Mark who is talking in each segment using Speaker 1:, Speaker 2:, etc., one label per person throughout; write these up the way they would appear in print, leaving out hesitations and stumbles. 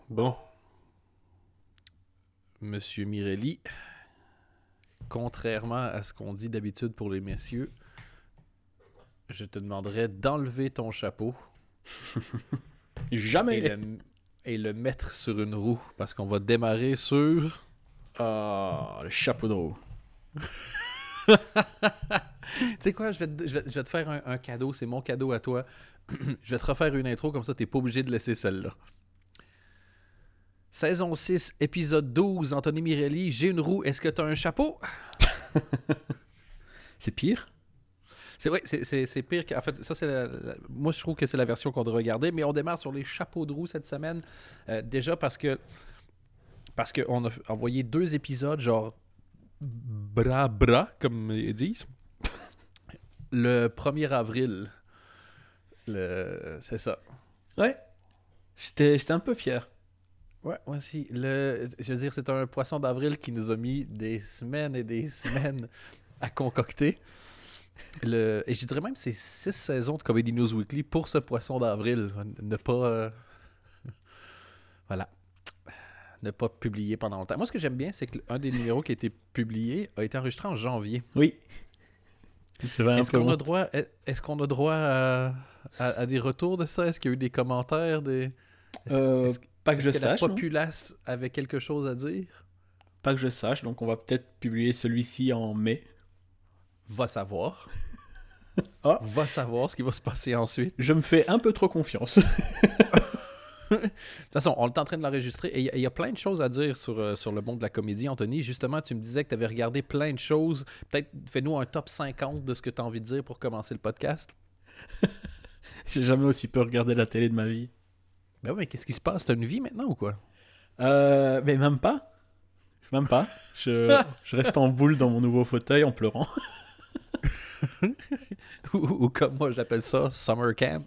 Speaker 1: Bon, Monsieur Mirelli, contrairement à ce qu'on dit d'habitude pour les messieurs, je te demanderais d'enlever ton chapeau
Speaker 2: Jamais.
Speaker 1: et le mettre sur une roue, parce qu'on va démarrer sur...
Speaker 2: Ah, le chapeau de roue.
Speaker 1: Tu sais quoi, je vais te faire un cadeau, c'est mon cadeau à toi. Je vais te refaire une intro, comme ça t'es pas obligé de laisser celle-là. Saison 6, épisode 12, Anthony Mirelli, j'ai une roue, est-ce que t'as un chapeau?
Speaker 2: C'est pire?
Speaker 1: C'est vrai, c'est pire que... En fait, ça, moi, je trouve que c'est la version qu'on devrait regarder, mais on démarre sur les chapeaux de roue cette semaine. Déjà parce qu'on a envoyé 2 épisodes, genre bras, comme ils disent. Le 1er avril. C'est ça.
Speaker 2: Ouais. J'étais un peu fier.
Speaker 1: Ouais, moi aussi. Je veux dire, c'est un poisson d'avril qui nous a mis des semaines et des semaines à concocter. Et je dirais même que c'est 6 saisons de Comedy News Weekly pour ce poisson d'avril. Ne pas... voilà. Ne pas publier pendant longtemps. Moi, ce que j'aime bien, c'est qu'un des numéros qui a été publié a été enregistré en janvier.
Speaker 2: Oui. Est-ce
Speaker 1: qu'on a droit à des retours de ça? Est-ce qu'il y a eu des commentaires?
Speaker 2: Pas que je
Speaker 1: que
Speaker 2: sache.
Speaker 1: La populace avait quelque chose à dire?
Speaker 2: Pas que je sache, donc on va peut-être publier celui-ci en mai.
Speaker 1: Va savoir.
Speaker 2: Ah.
Speaker 1: Va savoir ce qui va se passer ensuite.
Speaker 2: Je me fais un peu trop confiance.
Speaker 1: De toute façon, on est en train de l'enregistrer et il y a plein de choses à dire sur le monde de la comédie, Anthony. Justement, tu me disais que tu avais regardé plein de choses. Peut-être fais-nous un top 50 de ce que tu as envie de dire pour commencer le podcast.
Speaker 2: J'ai jamais aussi peu regardé la télé de ma vie.
Speaker 1: Ben oui, mais qu'est-ce qui se passe? T'as une vie maintenant ou quoi?
Speaker 2: Mais même pas. Même pas. Je reste en boule dans mon nouveau fauteuil en pleurant.
Speaker 1: ou comme moi j'appelle ça, summer camp.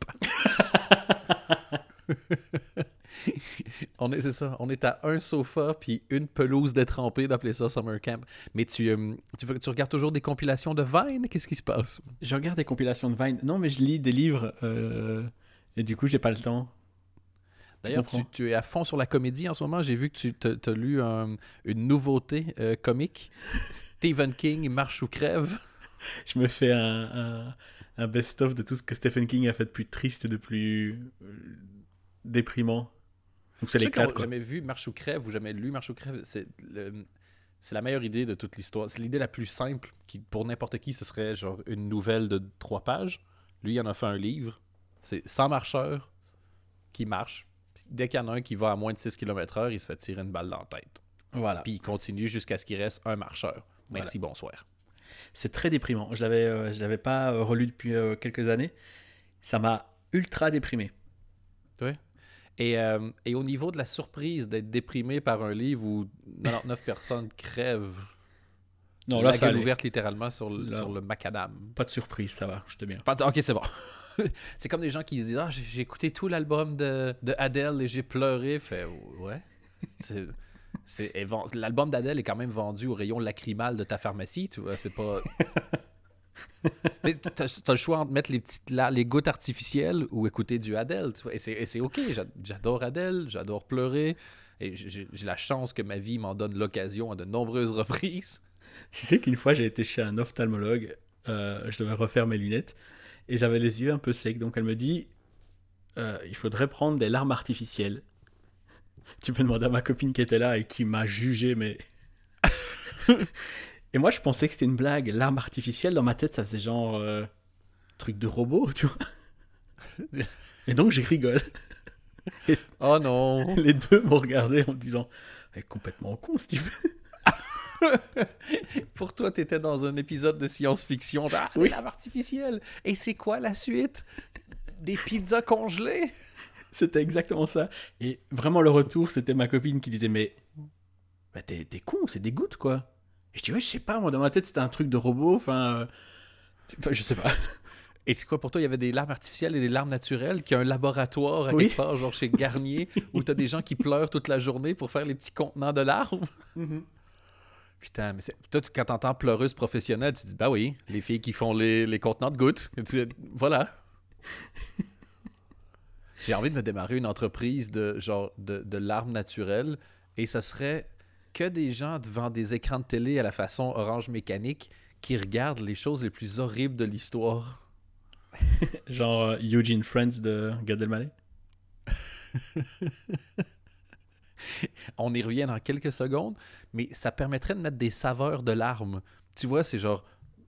Speaker 1: C'est ça. On est à un sofa puis une pelouse détrempée d'appeler ça summer camp. Mais tu regardes toujours des compilations de Vine? Qu'est-ce qui se passe?
Speaker 2: Je regarde des compilations de Vine. Non, mais je lis des livres. Et du coup, j'ai pas le temps.
Speaker 1: D'ailleurs, tu es à fond sur la comédie en ce moment. J'ai vu que tu as lu une nouveauté comique. Stephen King, Marche ou crève.
Speaker 2: Je me fais un best-of de tout ce que Stephen King a fait de plus triste et de plus déprimant. Donc c'est les 4, quoi.
Speaker 1: Jamais vu Marche ou crève ou jamais lu Marche ou crève. C'est la meilleure idée de toute l'histoire. C'est l'idée la plus simple qui, pour n'importe qui, ce serait genre une nouvelle de 3 pages. Lui, il en a fait un livre. C'est 100 marcheurs qui marchent. Dès qu'il y en a un qui va à moins de 6 km/h, il se fait tirer une balle dans la tête.
Speaker 2: Voilà.
Speaker 1: Puis il continue jusqu'à ce qu'il reste un marcheur. Merci,
Speaker 2: voilà.
Speaker 1: Bonsoir.
Speaker 2: C'est très déprimant. Je l'avais pas relu depuis quelques années. Ça m'a ultra déprimé.
Speaker 1: Oui. Et au niveau de la surprise d'être déprimé par un livre où 99 personnes crèvent,
Speaker 2: non, là,
Speaker 1: la gueule ouverte littéralement sur le macadam.
Speaker 2: Pas de surprise, ça va, j'étais bien.
Speaker 1: Ok, c'est bon. C'est comme des gens qui se disent « Ah, j'ai écouté tout l'album de Adele et j'ai pleuré. » Fait ouais. L'album d'Adele est quand même vendu au rayon lacrymal de ta pharmacie, tu vois. C'est pas... T'as le choix entre mettre les gouttes artificielles ou écouter du Adele, tu vois. Et c'est ok, j'adore Adele, j'adore pleurer. Et j'ai la chance que ma vie m'en donne l'occasion à de nombreuses reprises.
Speaker 2: Tu sais qu'une fois, j'ai été chez un ophtalmologue. Je devais refaire mes lunettes. Et j'avais les yeux un peu secs. Donc elle me dit, il faudrait prendre des larmes artificielles. Tu peux demander à ma copine qui était là et qui m'a jugé, mais... Et moi, je pensais que c'était une blague. Larmes artificielles, dans ma tête, ça faisait genre... truc de robot, tu vois. Et donc, j'ai rigolé.
Speaker 1: Oh non!
Speaker 2: Les deux m'ont regardé en me disant, complètement con, Steve.
Speaker 1: Pour toi, t'étais dans un épisode de science-fiction. Oui. Larmes artificielles. Et c'est quoi la suite? Des pizzas congelées?
Speaker 2: C'était exactement ça. Et vraiment, le retour, c'était ma copine qui disait, mais t'es con, c'est des gouttes, quoi. Et je dis, ouais, je sais pas, moi, dans ma tête, c'était un truc de robot, enfin, je sais pas.
Speaker 1: Et c'est quoi, pour toi, il y avait des larmes artificielles et des larmes naturelles, qu'il y a un laboratoire à quelque part, genre chez Garnier, où t'as des gens qui pleurent toute la journée pour faire les petits contenants de larmes? Mm-hmm. Putain, mais toi, quand t'entends pleureuse professionnelle, tu te dis, bah oui, les filles qui font les contenants de gouttes. Voilà. J'ai envie de me démarrer une entreprise de genre de larmes naturelles et ça serait que des gens devant des écrans de télé à la façon Orange Mécanique qui regardent les choses les plus horribles de l'histoire.
Speaker 2: Genre Eugene Friends de Gad Elmaleh.
Speaker 1: On y revient dans quelques secondes, mais ça permettrait de mettre des saveurs de larmes. Tu vois, c'est genre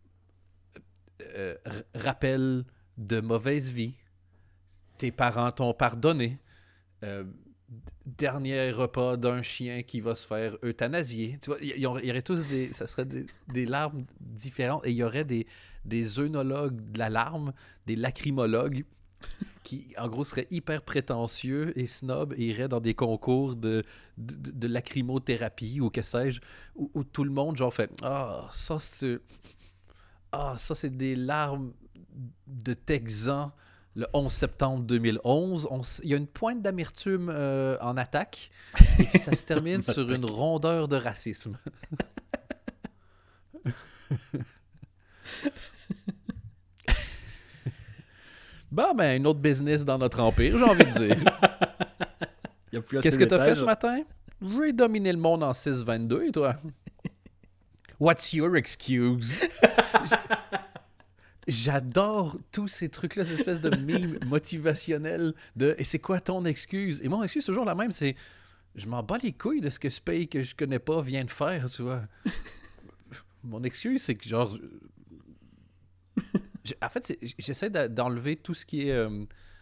Speaker 1: rappel de mauvaise vie. Tes parents t'ont pardonné. Euh, Dernier repas d'un chien qui va se faire euthanasier. Tu vois, il y aurait tous ça serait des larmes différentes et il y aurait des œnologues de la larme, des lacrymologues qui, en gros, seraient hyper prétentieux et snob et iraient dans des concours de lacrymothérapie ou que sais-je, où tout le monde, genre, fait « Ah, ça, c'est des larmes de Texans. » Le 11 septembre 2011, il y a une pointe d'amertume en attaque et puis ça se termine sur une rondeur de racisme. Bon, ben, un autre business dans notre empire, j'ai envie de dire.
Speaker 2: Y a plus assez
Speaker 1: Qu'est-ce que t'as fait
Speaker 2: d'étages.
Speaker 1: ce matin? J'ai dominé le monde en 6-22 et toi? What's your excuse? J'adore tous ces trucs-là, cette espèce de meme motivationnel de « Et c'est quoi ton excuse? » Et mon excuse, c'est toujours la même, c'est « Je m'en bats les couilles de ce que ce pays que je connais pas vient de faire, tu vois. » Mon excuse, c'est que genre... En fait, j'essaie d'enlever tout ce qui est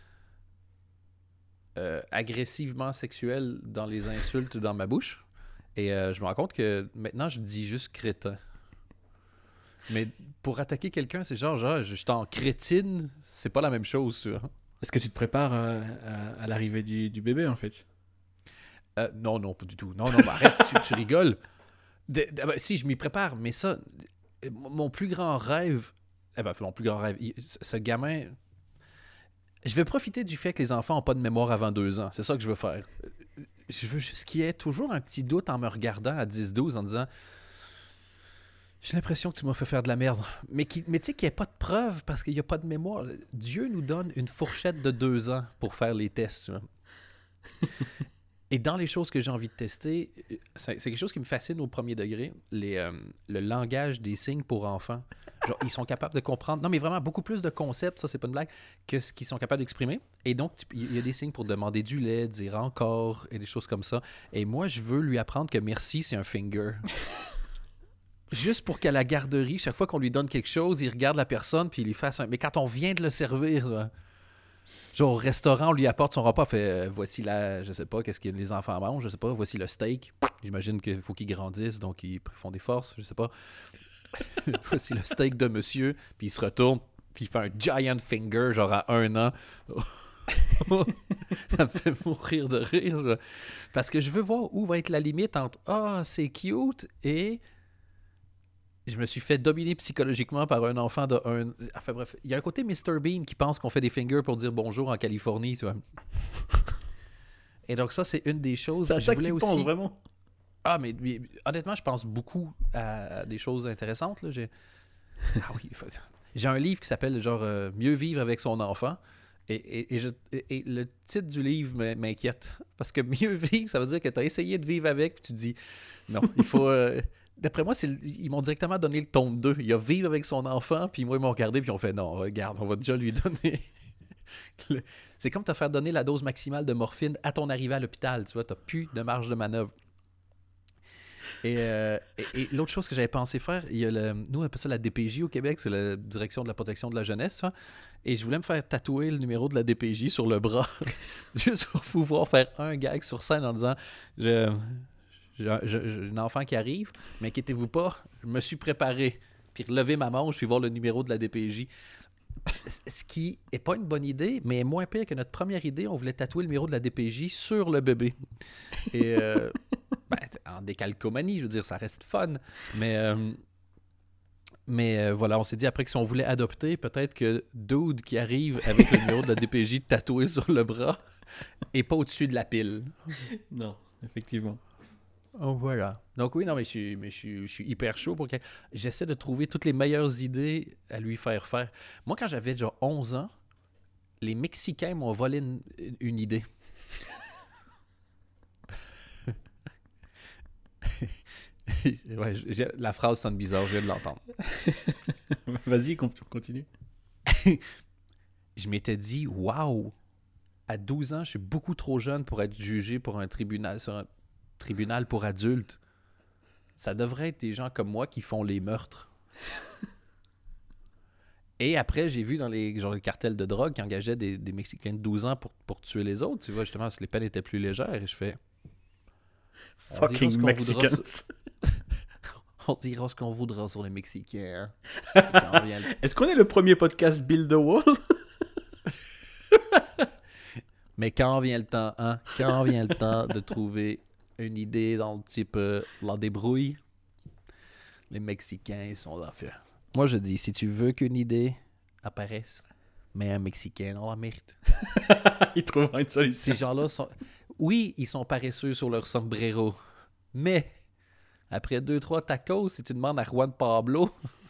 Speaker 1: agressivement sexuel dans les insultes dans ma bouche. Et je me rends compte que maintenant, je dis juste « crétin ». Mais pour attaquer quelqu'un, c'est genre je suis en crétine, c'est pas la même chose, tu vois.
Speaker 2: Est-ce que tu te prépares à l'arrivée du bébé, en fait?
Speaker 1: Non, pas du tout. Non, mais arrête, tu rigoles. Si, je m'y prépare, mais ça, mon plus grand rêve, mon plus grand rêve, ce gamin, je vais profiter du fait que les enfants n'ont pas de mémoire avant 2 ans. C'est ça que je veux faire. Je veux juste qu'il y ait toujours un petit doute en me regardant à 10-12 en disant... J'ai l'impression que tu m'as fait faire de la merde. Mais tu sais qu'il n'y a pas de preuve parce qu'il n'y a pas de mémoire. Dieu nous donne une fourchette de 2 ans pour faire les tests. Tu vois. Et dans les choses que j'ai envie de tester, c'est quelque chose qui me fascine au premier degré, le langage des signes pour enfants. Genre, ils sont capables de comprendre, non mais vraiment beaucoup plus de concepts, ça c'est pas une blague, que ce qu'ils sont capables d'exprimer. Et donc, il y a des signes pour demander du lait, dire encore, et des choses comme ça. Et moi, je veux lui apprendre que merci, c'est un finger. Juste pour qu'à la garderie, chaque fois qu'on lui donne quelque chose, il regarde la personne puis il lui fasse un... Mais quand on vient de le servir, ça, genre au restaurant, on lui apporte son repas, fait voici je sais pas, qu'est-ce que les enfants mangent, je sais pas, voici le steak. J'imagine qu'il faut qu'ils grandissent, donc ils font des forces, je sais pas. Voici le steak de monsieur, puis il se retourne, puis il fait un giant finger, genre à 1 an. Ça me fait mourir de rire, ça. Parce que je veux voir où va être la limite entre « Ah, c'est cute » et... Je me suis fait dominer psychologiquement par un enfant de 1... Enfin bref, il y a un côté Mr. Bean qui pense qu'on fait des fingers pour dire bonjour en Californie, tu vois. Et donc ça, c'est une des choses...
Speaker 2: C'est à ça que tu penses, vraiment?
Speaker 1: Ah, mais honnêtement, je pense beaucoup à des choses intéressantes. Là. Ah oui, j'ai un livre qui s'appelle genre Mieux vivre avec son enfant. Et le titre du livre m'inquiète. Parce que mieux vivre, ça veut dire que tu as essayé de vivre avec, puis tu dis non, il faut... D'après moi, ils m'ont directement donné le tome 2. Il a vivre avec son enfant, puis moi, ils m'ont regardé, puis ils ont fait non, regarde, on va déjà lui donner. C'est comme te faire donner la dose maximale de morphine à ton arrivée à l'hôpital. Tu vois, tu n'as plus de marge de manœuvre. Et l'autre chose que j'avais pensé faire, nous on appelle ça la DPJ au Québec, c'est la Direction de la protection de la jeunesse, ça. Et je voulais me faire tatouer le numéro de la DPJ sur le bras, juste pour pouvoir faire un gag sur scène en disant j'ai un enfant qui arrive, mais inquiétez-vous pas, je me suis préparé. Puis relever ma manche, puis voir le numéro de la DPJ. Ce qui est pas une bonne idée, mais moins pire que notre première idée, on voulait tatouer le numéro de la DPJ sur le bébé. Et en décalcomanie, je veux dire, ça reste fun. Mais voilà, on s'est dit après que si on voulait adopter, peut-être que Dude qui arrive avec le numéro de la DPJ tatoué sur le bras et pas au-dessus de la pile.
Speaker 2: Non, effectivement.
Speaker 1: Oh, voilà. Donc oui, non, mais je suis hyper chaud pour que... J'essaie de trouver toutes les meilleures idées à lui faire faire. Moi, quand j'avais genre 11 ans, les Mexicains m'ont volé une idée. Ouais, la phrase sonne bizarre, je viens de l'entendre.
Speaker 2: Vas-y, continue.
Speaker 1: Je m'étais dit, waouh, à 12 ans, je suis beaucoup trop jeune pour être jugé sur un tribunal pour adultes. Ça devrait être des gens comme moi qui font les meurtres. Et après, j'ai vu dans les cartels de drogue qui engageaient des Mexicains de 12 ans pour tuer les autres. Tu vois, justement, si les peines étaient plus légères. Et je fais...
Speaker 2: Fucking Mexicans.
Speaker 1: On dira ce qu'on voudra sur les Mexicains.
Speaker 2: Est-ce qu'on est le premier podcast Build the Wall?
Speaker 1: Mais quand vient le temps, quand vient le temps de trouver une idée dans le type la débrouille, les Mexicains ils sont là. Moi, je dis, si tu veux qu'une idée apparaisse, mets un Mexicain dans la mérite.
Speaker 2: Ils trouveront une solution.
Speaker 1: Ces gens-là sont... Oui, ils sont paresseux sur leur sombrero, mais après 2-3 tacos, si tu demandes à Juan Pablo...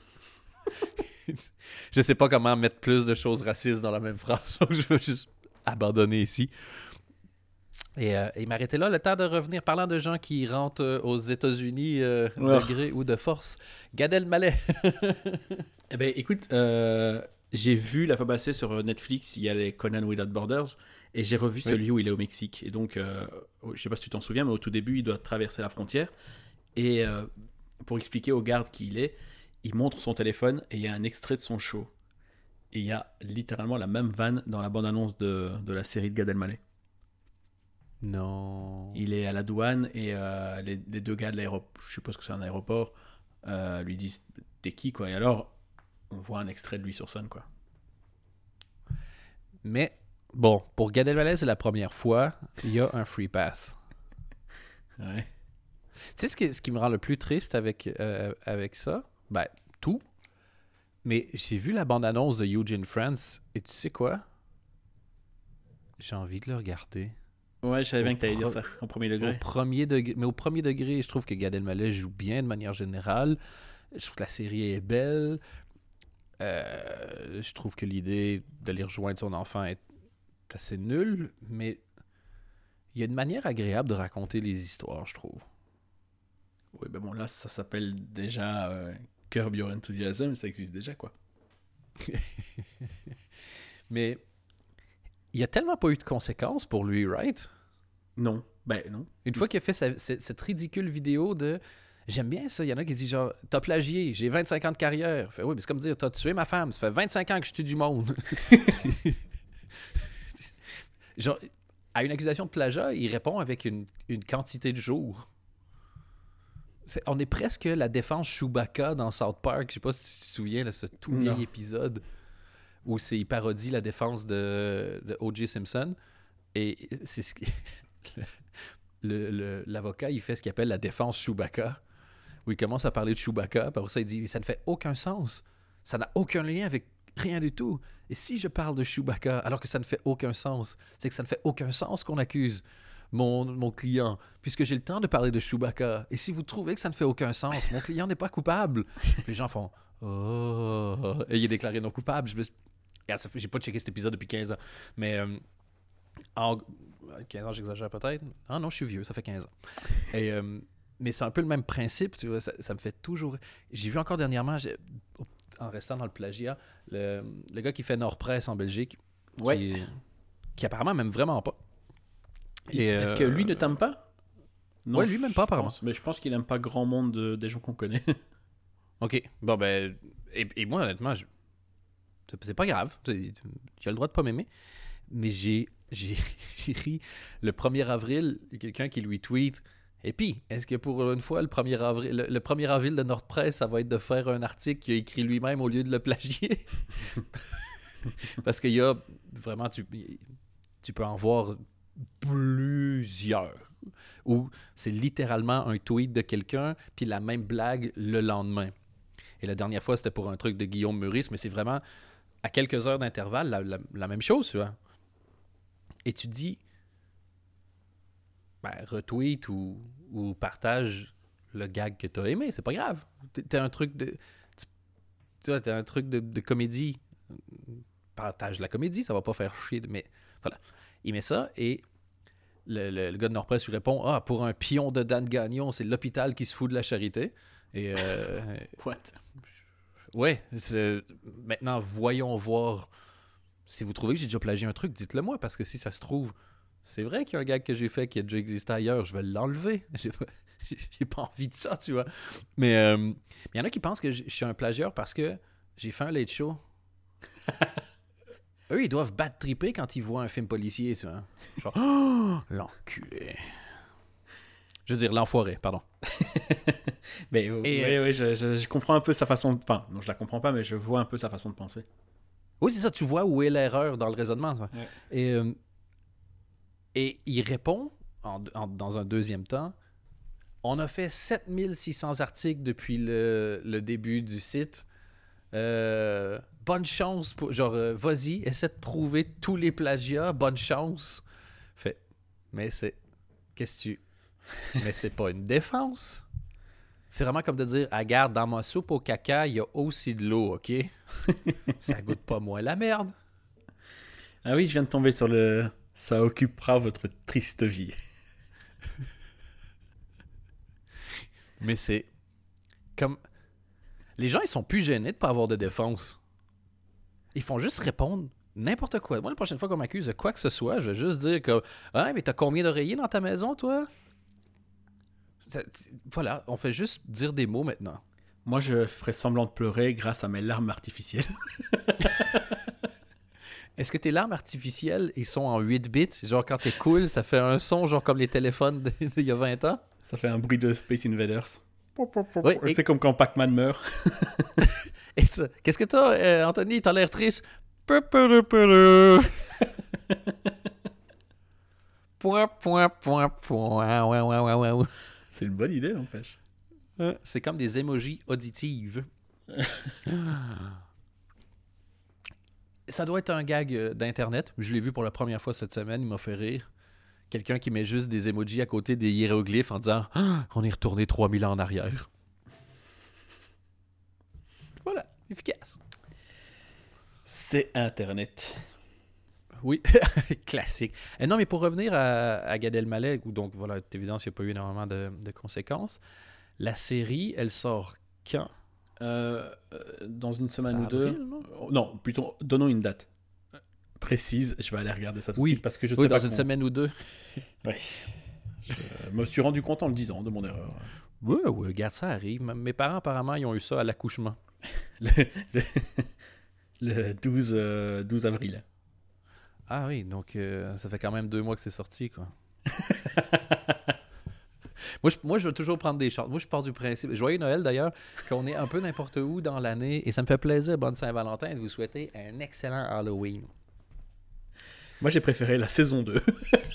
Speaker 1: Je sais pas comment mettre plus de choses racistes dans la même phrase, donc je veux juste abandonner ici. Et m'arrêter là, le temps de revenir, parlant de gens qui rentrent aux États-Unis de gré ou de force. Gad Elmaleh.
Speaker 2: Eh ben, écoute, j'ai vu la fois passée sur Netflix, il y a les Conan Without Borders, et j'ai revu celui où il est au Mexique. Et donc, je sais pas si tu t'en souviens, mais au tout début, il doit traverser la frontière. Et pour expliquer aux gardes qui il est, il montre son téléphone et il y a un extrait de son show. Et il y a littéralement la même vanne dans la bande-annonce de la série de Gad Elmaleh.
Speaker 1: Non.
Speaker 2: Il est à la douane et les deux gars de l'aéroport, je suppose que c'est un aéroport, lui disent t'es qui quoi. Et alors on voit un extrait de lui sur scène quoi.
Speaker 1: Mais bon, pour Gad Elmaleh c'est la première fois, il y a un free pass.
Speaker 2: Ouais.
Speaker 1: Tu sais ce qui me rend le plus triste avec ça? Ben, tout. Mais j'ai vu la bande-annonce de Eugene France et tu sais quoi? J'ai envie de le regarder.
Speaker 2: Ouais, je savais bien que tu allais dire ça, au premier degré.
Speaker 1: Mais au premier degré, je trouve que Gad Elmaleh joue bien de manière générale. Je trouve que la série est belle. Je trouve que l'idée de les rejoindre son enfant est assez nulle, mais il y a une manière agréable de raconter les histoires, je trouve.
Speaker 2: Oui, ben bon, là, ça s'appelle déjà Curb Your Enthusiasm, ça existe déjà, quoi.
Speaker 1: Mais il n'y a tellement pas eu de conséquences pour lui, right?
Speaker 2: Non, ben non.
Speaker 1: Une fois qu'il a fait cette ridicule vidéo de... J'aime bien ça, il y en a qui disent genre, t'as plagié, j'ai 25 ans de carrière. Fait, oui, mais c'est comme dire, t'as tué ma femme, ça fait 25 ans que je tue du monde. Genre, à une accusation de plagiat, il répond avec une quantité de jours. On est presque la défense Chewbacca dans South Park. Je sais pas si tu te souviens de ce tout vieil épisode où il parodie la défense de O.J. Simpson. Et c'est ce l'avocat, il fait ce qu'il appelle la défense Chewbacca, où il commence à parler de Chewbacca. Par ça, il dit, ça ne fait aucun sens. Ça n'a aucun lien avec rien du tout. Et si je parle de Chewbacca alors que ça ne fait aucun sens, c'est que ça ne fait aucun sens qu'on accuse mon client, puisque j'ai le temps de parler de Chewbacca. Et si vous trouvez que ça ne fait aucun sens, mon client n'est pas coupable. Puis les gens font « Oh! » Et il est déclaré non coupable. J'ai pas checké cet épisode depuis 15 ans. Mais 15 ans, j'exagère peut-être. Ah non, je suis vieux, ça fait 15 ans. Et, mais c'est un peu le même principe, tu vois. Ça me fait toujours... J'ai vu encore dernièrement, en restant dans le plagiat, le gars qui fait Nord-Presse en Belgique, qui apparemment m'aime vraiment pas.
Speaker 2: Est-ce que lui ne t'aime pas?
Speaker 1: Non, ouais, lui même pas apparemment.
Speaker 2: Mais je pense qu'il aime pas grand monde des gens qu'on connaît.
Speaker 1: Ok, bon ben... Et moi, honnêtement, c'est pas grave. Tu as le droit de pas m'aimer. Mais j'ai ri le 1er avril, il y a quelqu'un qui lui tweet « Et puis, est-ce que pour une fois, le 1er avril de Nord-Presse, ça va être de faire un article qu'il a écrit lui-même au lieu de le plagier? » Parce qu'il y a vraiment... Tu peux en voir plusieurs. Où c'est littéralement un tweet de quelqu'un, puis la même blague le lendemain. Et la dernière fois, c'était pour un truc de Guillaume Meurice, mais c'est vraiment à quelques heures d'intervalle la même chose, tu vois. Et tu dis, retweet ou partage le gag que t'as aimé, c'est pas grave. T'as un truc de... Tu vois, t'as un truc de comédie. partage de la comédie, ça va pas faire chier. Mais voilà. Il met ça et le gars de Nord-Presse lui répond « Ah, pour un pion de Dan Gagnon, c'est l'hôpital qui se fout de la charité. » Et
Speaker 2: What?
Speaker 1: ouais, maintenant, voyons voir. Si vous trouvez que j'ai déjà plagié un truc, dites-le moi, parce que si ça se trouve, c'est vrai qu'il y a un gag que j'ai fait qui a déjà existé ailleurs, je vais l'enlever. J'ai pas envie de ça, tu vois. Mais il y en a qui pensent que je suis un plagieur parce que j'ai fait un late show. Eux, ils doivent battre triper quand ils voient un film policier, tu vois. Genre, oh, l'enculé. Je veux dire, l'enfoiré, pardon.
Speaker 2: Mais oui, je comprends un peu sa façon de... Enfin, non, je la comprends pas, mais je vois un peu sa façon de penser.
Speaker 1: Oui, c'est ça, tu vois où est l'erreur dans le raisonnement. Ça.
Speaker 2: Ouais.
Speaker 1: Et il répond, dans un deuxième temps, on a fait 7600 articles depuis le début du site. Bonne chance, vas-y, essaie de prouver tous les plagiats, bonne chance. Fait, mais c'est... Qu'est-ce que tu... Mais c'est pas une défense. C'est vraiment comme de dire, regarde, dans ma soupe au caca, il y a aussi de l'eau, OK? Ça goûte pas moins la merde.
Speaker 2: Ah oui, je viens de tomber sur le... Ça occupera votre triste vie.
Speaker 1: Mais c'est comme... Les gens, ils sont plus gênés de pas avoir de défense. Ils font juste répondre n'importe quoi. Moi, la prochaine fois qu'on m'accuse de quoi que ce soit, je vais juste dire que « Ah, mais t'as combien d'oreillers dans ta maison, toi? » Voilà, on fait juste dire des mots maintenant.
Speaker 2: Moi, je ferai semblant de pleurer grâce à mes larmes artificielles.
Speaker 1: Est-ce que tes larmes artificielles, ils sont en 8 bits? Genre, quand t'es cool, ça fait un son, genre comme les téléphones d'il y a 20 ans?
Speaker 2: Ça fait un bruit de Space Invaders.
Speaker 1: Oui,
Speaker 2: c'est comme quand Pac-Man meurt.
Speaker 1: Et ça, qu'est-ce que t'as, Anthony? T'as l'air triste. Point, point, point, point. Ouais.
Speaker 2: C'est une bonne idée, n'empêche.
Speaker 1: C'est comme des émojis auditives. Ça doit être un gag d'Internet. Je l'ai vu pour la première fois cette semaine. Il m'a fait rire. Quelqu'un qui met juste des emojis à côté des hiéroglyphes en disant « On est retourné 3000 ans en arrière. » Voilà, efficace.
Speaker 2: C'est Internet.
Speaker 1: Oui, classique. Non, mais pour revenir à Gad Elmaleh, où donc, voilà, d'évidence, il n'y a pas eu énormément de conséquences. La série, elle sort quand?
Speaker 2: Dans une semaine ou
Speaker 1: avril,
Speaker 2: deux.
Speaker 1: Non?
Speaker 2: Non, plutôt, donnons une date précise. Je vais aller regarder ça tout de suite parce que je
Speaker 1: oui,
Speaker 2: sais
Speaker 1: dans
Speaker 2: pas
Speaker 1: une semaine ou deux.
Speaker 2: Oui. Je me suis rendu compte en le disant de mon erreur.
Speaker 1: Oui, regarde, ça arrive. Mes parents, apparemment, ils ont eu ça à l'accouchement.
Speaker 2: Le 12 avril.
Speaker 1: Ah oui, donc ça fait quand même 2 mois que c'est sorti, quoi. Moi, je veux toujours prendre des chances. Moi, je pars du principe, joyeux Noël d'ailleurs, qu'on est un peu n'importe où dans l'année, et ça me fait plaisir, bonne Saint-Valentin, de vous souhaiter un excellent Halloween.
Speaker 2: Moi, j'ai préféré la saison 2.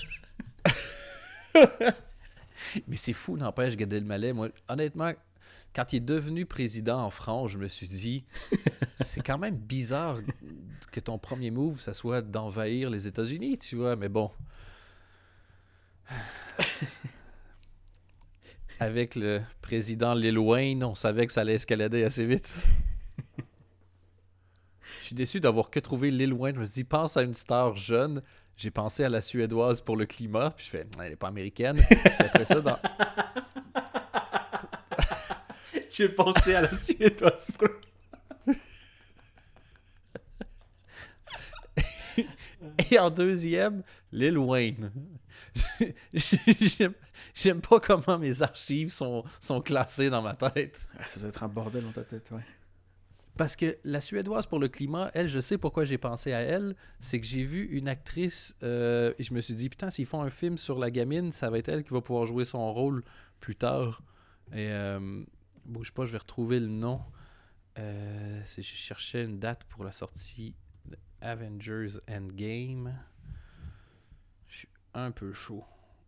Speaker 1: Mais c'est fou, n'empêche, Gad Elmaleh. Moi, honnêtement, quand il est devenu président en France, je me suis dit, c'est quand même bizarre que ton premier move, ça soit d'envahir les États-Unis, tu vois, mais bon. Avec le président Lil Wayne, on savait que ça allait escalader assez vite. Je suis déçu d'avoir que trouvé Lil Wayne. Je me suis dit, pense à une star jeune. J'ai pensé à la Suédoise pour le climat. Puis je fais, elle n'est pas américaine. Puis après ça, dans...
Speaker 2: J'ai pensé à la Suédoise pour le...
Speaker 1: Et en deuxième, Lil Wayne. J'aime pas comment mes archives sont classées dans ma tête.
Speaker 2: Ça doit être un bordel dans ta tête, ouais.
Speaker 1: Parce que la Suédoise pour le climat, elle, je sais pourquoi j'ai pensé à elle, c'est que j'ai vu une actrice et je me suis dit, putain, s'ils font un film sur la gamine, ça va être elle qui va pouvoir jouer son rôle plus tard. Et bouge pas, je vais retrouver le nom. Je cherchais une date pour la sortie de Avengers Endgame. Je suis un peu chaud.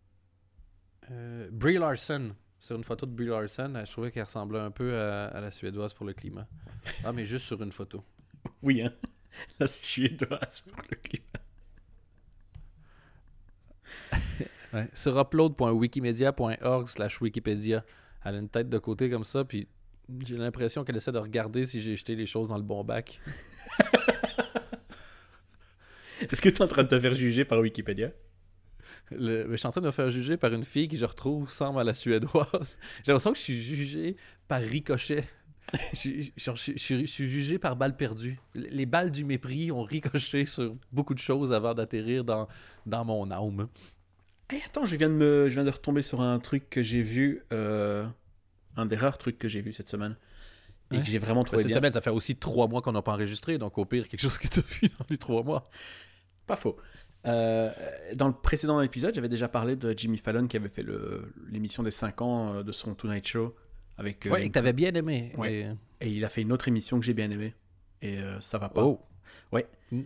Speaker 1: Brie Larson. Sur une photo de Brie Larson, je trouvais qu'elle ressemblait un peu à la Suédoise pour le climat. Ah, mais juste sur une photo.
Speaker 2: Oui, hein. La Suédoise pour le climat.
Speaker 1: Ouais. Sur upload.wikimedia.org/Wikipédia, elle a une tête de côté comme ça, puis j'ai l'impression qu'elle essaie de regarder si j'ai jeté les choses dans le bon bac.
Speaker 2: Est-ce que tu es en train de te faire juger par Wikipédia?
Speaker 1: Je suis en train de me faire juger par une fille qui, je retrouve, ressemble à la suédoise. J'ai l'impression que je suis jugé par ricochet. Je suis jugé par balles perdues. Les balles du mépris ont ricoché sur beaucoup de choses avant d'atterrir dans mon âme.
Speaker 2: Hey, attends, je viens de retomber sur un truc que j'ai vu, un des rares trucs que j'ai vu cette semaine et
Speaker 1: Ouais.
Speaker 2: que j'ai vraiment trouvé
Speaker 1: Cette
Speaker 2: bien.
Speaker 1: semaine, ça fait aussi 3 mois qu'on n'a pas enregistré, donc au pire, quelque chose que tu as vu dans les 3 mois.
Speaker 2: Pas faux. Dans le précédent épisode, j'avais déjà parlé de Jimmy Fallon qui avait fait l'émission des 5 ans de son Tonight Show. Avec,
Speaker 1: Ouais, et que t'avais bien aimé.
Speaker 2: Ouais. Et il a fait une autre émission que j'ai bien aimée. Et ça va pas.
Speaker 1: Oh.
Speaker 2: Ouais.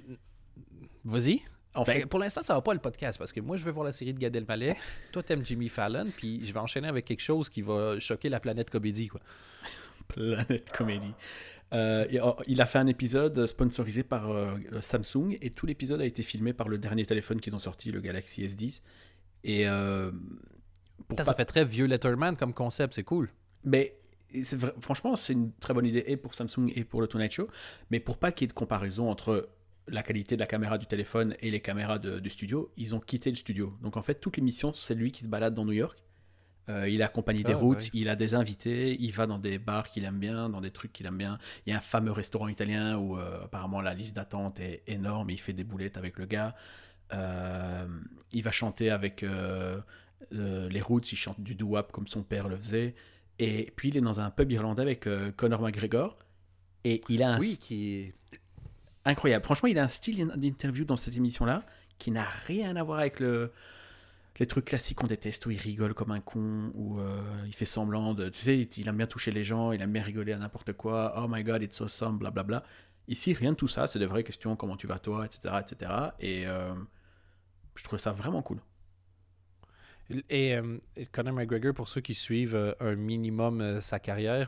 Speaker 1: Vas-y.
Speaker 2: En fait,
Speaker 1: Pour l'instant, ça va pas le podcast, parce que moi, je vais voir la série de Gad Elmaleh. Toi, t'aimes Jimmy Fallon, puis je vais enchaîner avec quelque chose qui va choquer la planète comédie, quoi.
Speaker 2: Planète Comédie. Il a fait un épisode sponsorisé par Samsung et tout l'épisode a été filmé par le dernier téléphone qu'ils ont sorti, le Galaxy S10. Et
Speaker 1: Ça fait très vieux Letterman comme concept, c'est cool.
Speaker 2: mais franchement, c'est une très bonne idée et pour Samsung et pour le Tonight Show. Mais pour pas qu'il y ait de comparaison entre la qualité de la caméra du téléphone et les caméras du studio, ils ont quitté le studio. Donc en fait, toute l'émission, c'est lui qui se balade dans New York. Il est accompagné des routes,
Speaker 1: nice.
Speaker 2: il a des invités, il va dans des bars qu'il aime bien, dans des trucs qu'il aime bien. Il y a un fameux restaurant italien où apparemment la liste d'attente est énorme, il fait des boulettes avec le gars. Il va chanter avec les Roots, il chante du doo-wop comme son père le faisait. Et puis il est dans un pub irlandais avec Conor McGregor. Et il a un incroyable. Franchement, il a un style d'interview dans cette émission-là qui n'a rien à voir avec les trucs classiques qu'on déteste, où il rigole comme un con, où il fait semblant de... Tu sais, il aime bien toucher les gens, il aime bien rigoler à n'importe quoi. Oh my god, it's awesome, blablabla. Ici, rien de tout ça, c'est de vraies questions, comment tu vas toi, etc. etc. Et je trouve ça vraiment cool.
Speaker 1: Et Conor McGregor, pour ceux qui suivent un minimum sa carrière,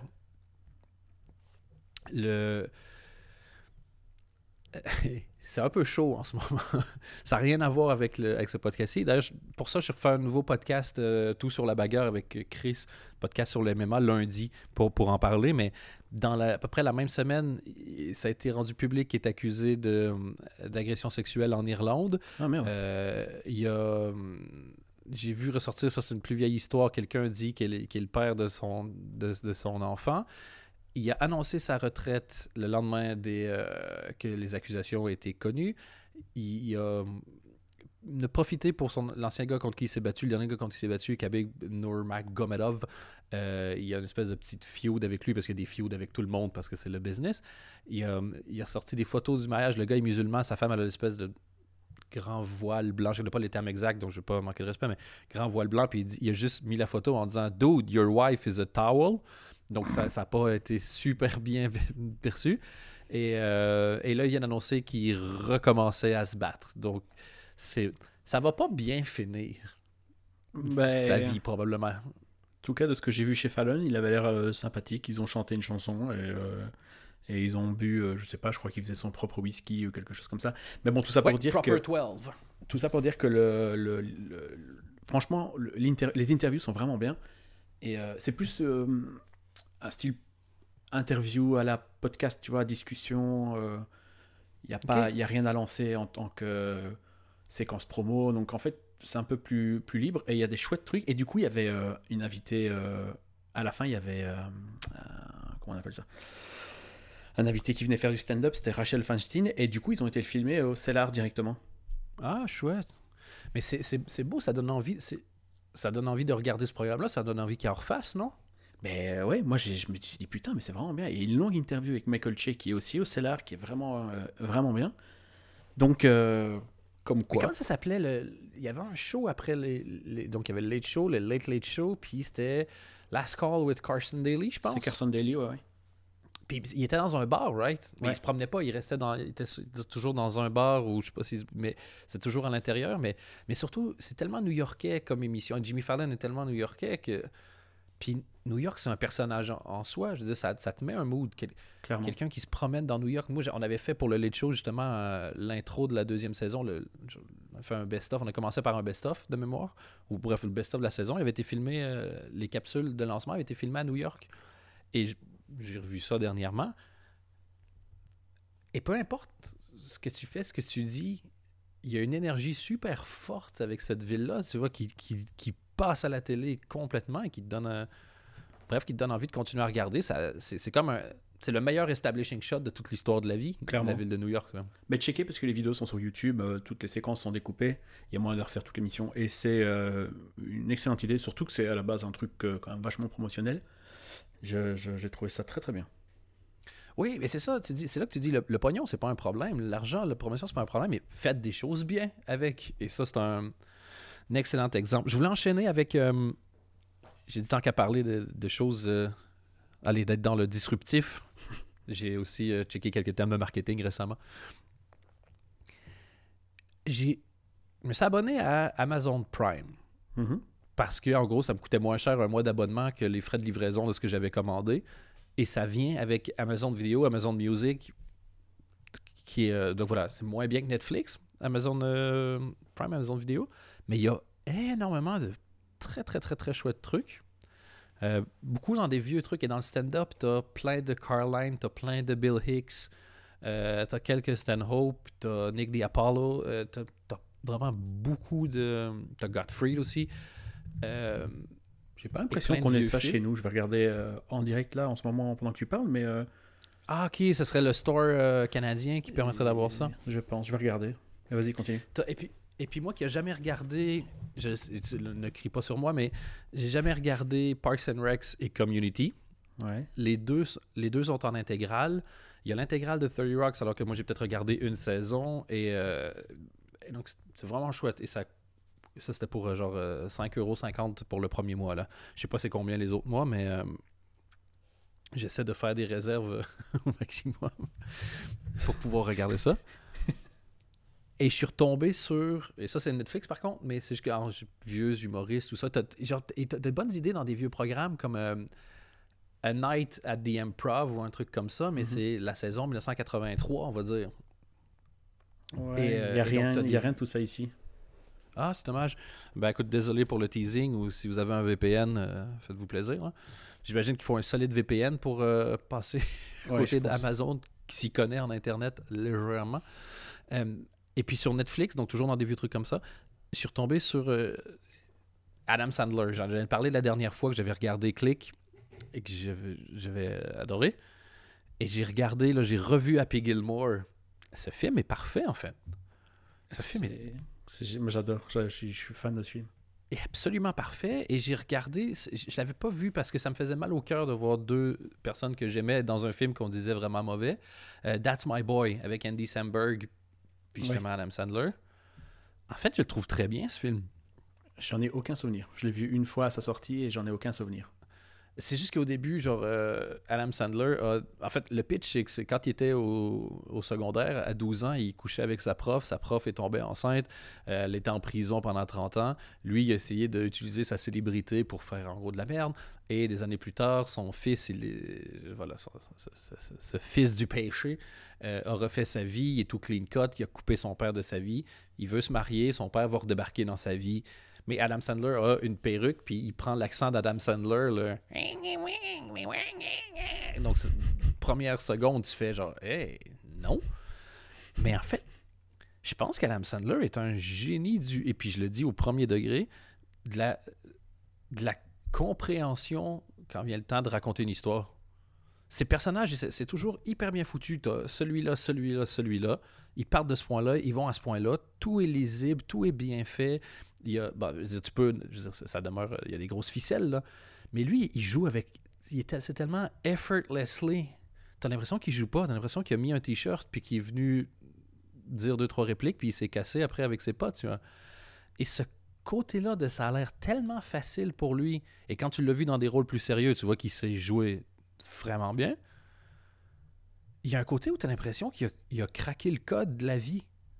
Speaker 1: c'est un peu chaud en ce moment. Ça n'a rien à voir avec ce podcast-ci. D'ailleurs, pour ça, je refais un nouveau podcast, Tout sur la bagarre avec Chris, podcast sur le MMA lundi pour en parler. Mais dans à peu près la même semaine, ça a été rendu public qu'il est accusé d'agression sexuelle en Irlande.
Speaker 2: Ah merde.
Speaker 1: Il y a... J'ai vu ressortir, ça c'est une plus vieille histoire, quelqu'un dit qu'il est le père de son enfant. Il a annoncé sa retraite le lendemain que les accusations ont été connues. Il a profité pour l'ancien gars contre qui il s'est battu, le dernier gars contre qui il s'est battu, Khabib Nurmagomedov. Il y a une espèce de petite feud avec lui, parce qu'il y a des feuds avec tout le monde, parce que c'est le business. Il a sorti des photos du mariage. Le gars est musulman, sa femme a l'espèce de grand voile blanc, je ne sais pas les termes exacts, donc je ne vais pas manquer de respect, mais grand voile blanc, puis il a juste mis la photo en disant « Dude, your wife is a towel ». Donc ça n'a pas été super bien perçu. Et là, il vient d'annoncer qu'il recommençait à se battre. Donc ça va pas bien finir. Sa vie, probablement.
Speaker 2: En tout cas, de ce que j'ai vu chez Fallon, il avait l'air sympathique. Ils ont chanté une chanson et ils ont bu, je sais pas, je crois qu'il faisait son propre whisky ou quelque chose comme ça. Mais bon, tout ça pour dire que...
Speaker 1: 12.
Speaker 2: Tout ça pour dire que franchement, les interviews sont vraiment bien. Et c'est plus un style interview à la podcast, tu vois, discussion. Il y a rien à lancer en tant que séquence promo. Donc en fait, c'est un peu plus libre. Et il y a des chouettes trucs. Et du coup, il y avait une invitée... à la fin, il y avait... comment on appelle ça ? Un invité qui venait faire du stand-up, c'était Rachel Feinstein, et du coup, ils ont été filmés au Cellar directement.
Speaker 1: Ah, chouette. Mais c'est beau, ça donne envie. Ça donne envie de regarder ce programme-là, ça donne envie qu'il en refasse, non?
Speaker 2: Mais ouais, moi, je me suis dit, putain, mais c'est vraiment bien. Il y a une longue interview avec Michael Che, qui est aussi au Cellar, qui est vraiment, vraiment bien. Donc, comme quoi...
Speaker 1: Mais comment ça s'appelait? Il y avait un show après donc, il y avait le Late Show, le Late Late Show, puis c'était Last Call with Carson Daly, je pense.
Speaker 2: C'est Carson Daly, ouais.
Speaker 1: Puis il était dans un bar, right? Mais il se promenait pas, il était toujours dans un bar, ou je sais pas si... Mais c'est toujours à l'intérieur, mais surtout, c'est tellement new-yorkais comme émission. Jimmy Fallon est tellement new-yorkais que... Puis New York, c'est un personnage en soi. Je veux dire, ça te met un mood.
Speaker 2: Clairement.
Speaker 1: Quelqu'un qui se promène dans New York. Moi, on avait fait pour le Late Show, justement, l'intro de la deuxième saison. On a fait un best-of. On a commencé par un best-of de mémoire. Ou bref, le best-of de la saison. Il avait été filmé, les capsules de lancement avaient été filmées à New York. Et j'ai revu ça dernièrement. Et peu importe ce que tu fais, ce que tu dis, il y a une énergie super forte avec cette ville-là, tu vois, qui passe à la télé complètement et qui te donne qui te donne envie de continuer à regarder. C'est comme c'est le meilleur establishing shot de toute l'histoire de la vie,
Speaker 2: Clairement.
Speaker 1: la ville de New York. Tu vois.
Speaker 2: Mais checker parce que les vidéos sont sur YouTube, toutes les séquences sont découpées, il y a moyen de refaire toute l'émission et c'est une excellente idée, surtout que c'est à la base un truc quand même vachement promotionnel. J'ai trouvé ça très très bien.
Speaker 1: Oui, mais c'est ça, c'est là que tu dis, le pognon, c'est pas un problème. L'argent, la promotion, c'est pas un problème, mais faites des choses bien avec. Et ça, c'est un excellent exemple. Je voulais enchaîner avec... j'ai dit tant qu'à parler de choses... d'être dans le disruptif. J'ai aussi checké quelques termes de marketing récemment. Je me suis abonné à Amazon Prime.
Speaker 2: Mm-hmm.
Speaker 1: Parce que, en gros, ça me coûtait moins cher un mois d'abonnement que les frais de livraison de ce que j'avais commandé. Et ça vient avec Amazon Video, Amazon Music, qui est... donc voilà, c'est moins bien que Netflix, Amazon Prime, Amazon Video. Mais il y a énormément de très, très, très, très chouettes trucs. Beaucoup dans des vieux trucs. Et dans le stand-up, t'as plein de Carline, t'as plein de Bill Hicks, t'as quelques Stanhope, t'as Nick DiApollo, t'as vraiment beaucoup de... T'as Gottfried aussi.
Speaker 2: J'ai pas l'impression qu'on ait ça chez nous. Je vais regarder en direct là en ce moment pendant que tu parles, mais...
Speaker 1: Ah ok, ce serait le store canadien qui permettrait d'avoir ça.
Speaker 2: Je pense, je vais regarder. Vas-y, continue.
Speaker 1: Et puis moi qui n'ai jamais regardé, ne crie pas sur moi, mais j'ai jamais regardé Parks and Recs et Community.
Speaker 2: Ouais.
Speaker 1: Les deux sont en intégrale. Il y a l'intégrale de 30 Rocks, alors que moi j'ai peut-être regardé une saison. Et donc c'est vraiment chouette. Et ça c'était pour genre 5,50€ pour le premier mois. Là. Je sais pas c'est combien les autres mois, mais j'essaie de faire des réserves au maximum pour pouvoir regarder ça. Et je suis retombé sur... Et ça, c'est Netflix, par contre, mais c'est juste que vieux humoristes, tout ça. T'as de bonnes idées dans des vieux programmes comme A Night at the Improv ou un truc comme ça, mais c'est la saison 1983, on va dire.
Speaker 2: Ouais, il n'y a rien de tout ça ici.
Speaker 1: Ah, c'est dommage. Ben écoute, désolé pour le teasing, ou si vous avez un VPN, faites-vous plaisir. Hein. J'imagine qu'il faut un solide VPN pour passer à côté d'Amazon, qui s'y connaît en Internet légèrement. Et puis sur Netflix, donc toujours dans des vieux trucs comme ça, je suis retombé sur Adam Sandler. J'en avais parlé la dernière fois que j'avais regardé Click et que j'avais adoré. Et j'ai revu Happy Gilmore. Ce film est parfait, en fait.
Speaker 2: Moi, j'adore. Je suis fan de ce film.
Speaker 1: Est absolument parfait. Et j'ai regardé... Je l'avais pas vu parce que ça me faisait mal au cœur de voir deux personnes que j'aimais dans un film qu'on disait vraiment mauvais. That's My Boy, avec Andy Samberg puis justement Adam Sandler. En fait, je le trouve très bien, ce film.
Speaker 2: J'en ai aucun souvenir. Je l'ai vu une fois à sa sortie et j'en ai aucun souvenir.
Speaker 1: C'est juste qu'au début, genre, Adam Sandler, en fait, le pitch, c'est que quand il était au secondaire, à 12 ans, il couchait avec sa prof est tombée enceinte, elle était en prison pendant 30 ans. Lui, il a essayé d'utiliser sa célébrité pour faire, en gros, de la merde. Et des années plus tard, son fils, ce fils du péché, a refait sa vie, il est tout clean cut, il a coupé son père de sa vie, il veut se marier, son père va redébarquer dans sa vie. Mais Adam Sandler a une perruque, puis il prend l'accent d'Adam Sandler. Là. Donc, première seconde, tu fais genre, hey, non. Mais en fait, je pense qu'Adam Sandler est un génie et puis je le dis au premier degré, de la compréhension quand vient le temps de raconter une histoire. Ces personnages, c'est toujours hyper bien foutu. T'as celui-là, celui-là, celui-là. Ils partent de ce point-là, ils vont à ce point-là. Tout est lisible, tout est bien fait. Il y a, ça demeure, il y a des grosses ficelles, là. Mais lui, il joue avec... c'est tellement effortlessly. T'as l'impression qu'il joue pas. T'as l'impression qu'il a mis un t-shirt puis qu'il est venu dire 2-3 répliques puis il s'est cassé après avec ses potes, tu vois. Et ce côté-là de ça a l'air tellement facile pour lui. Et quand tu l'as vu dans des rôles plus sérieux, tu vois qu'il sait jouer vraiment bien. Il y a un côté où tu as l'impression qu'il a craqué le code de la vie.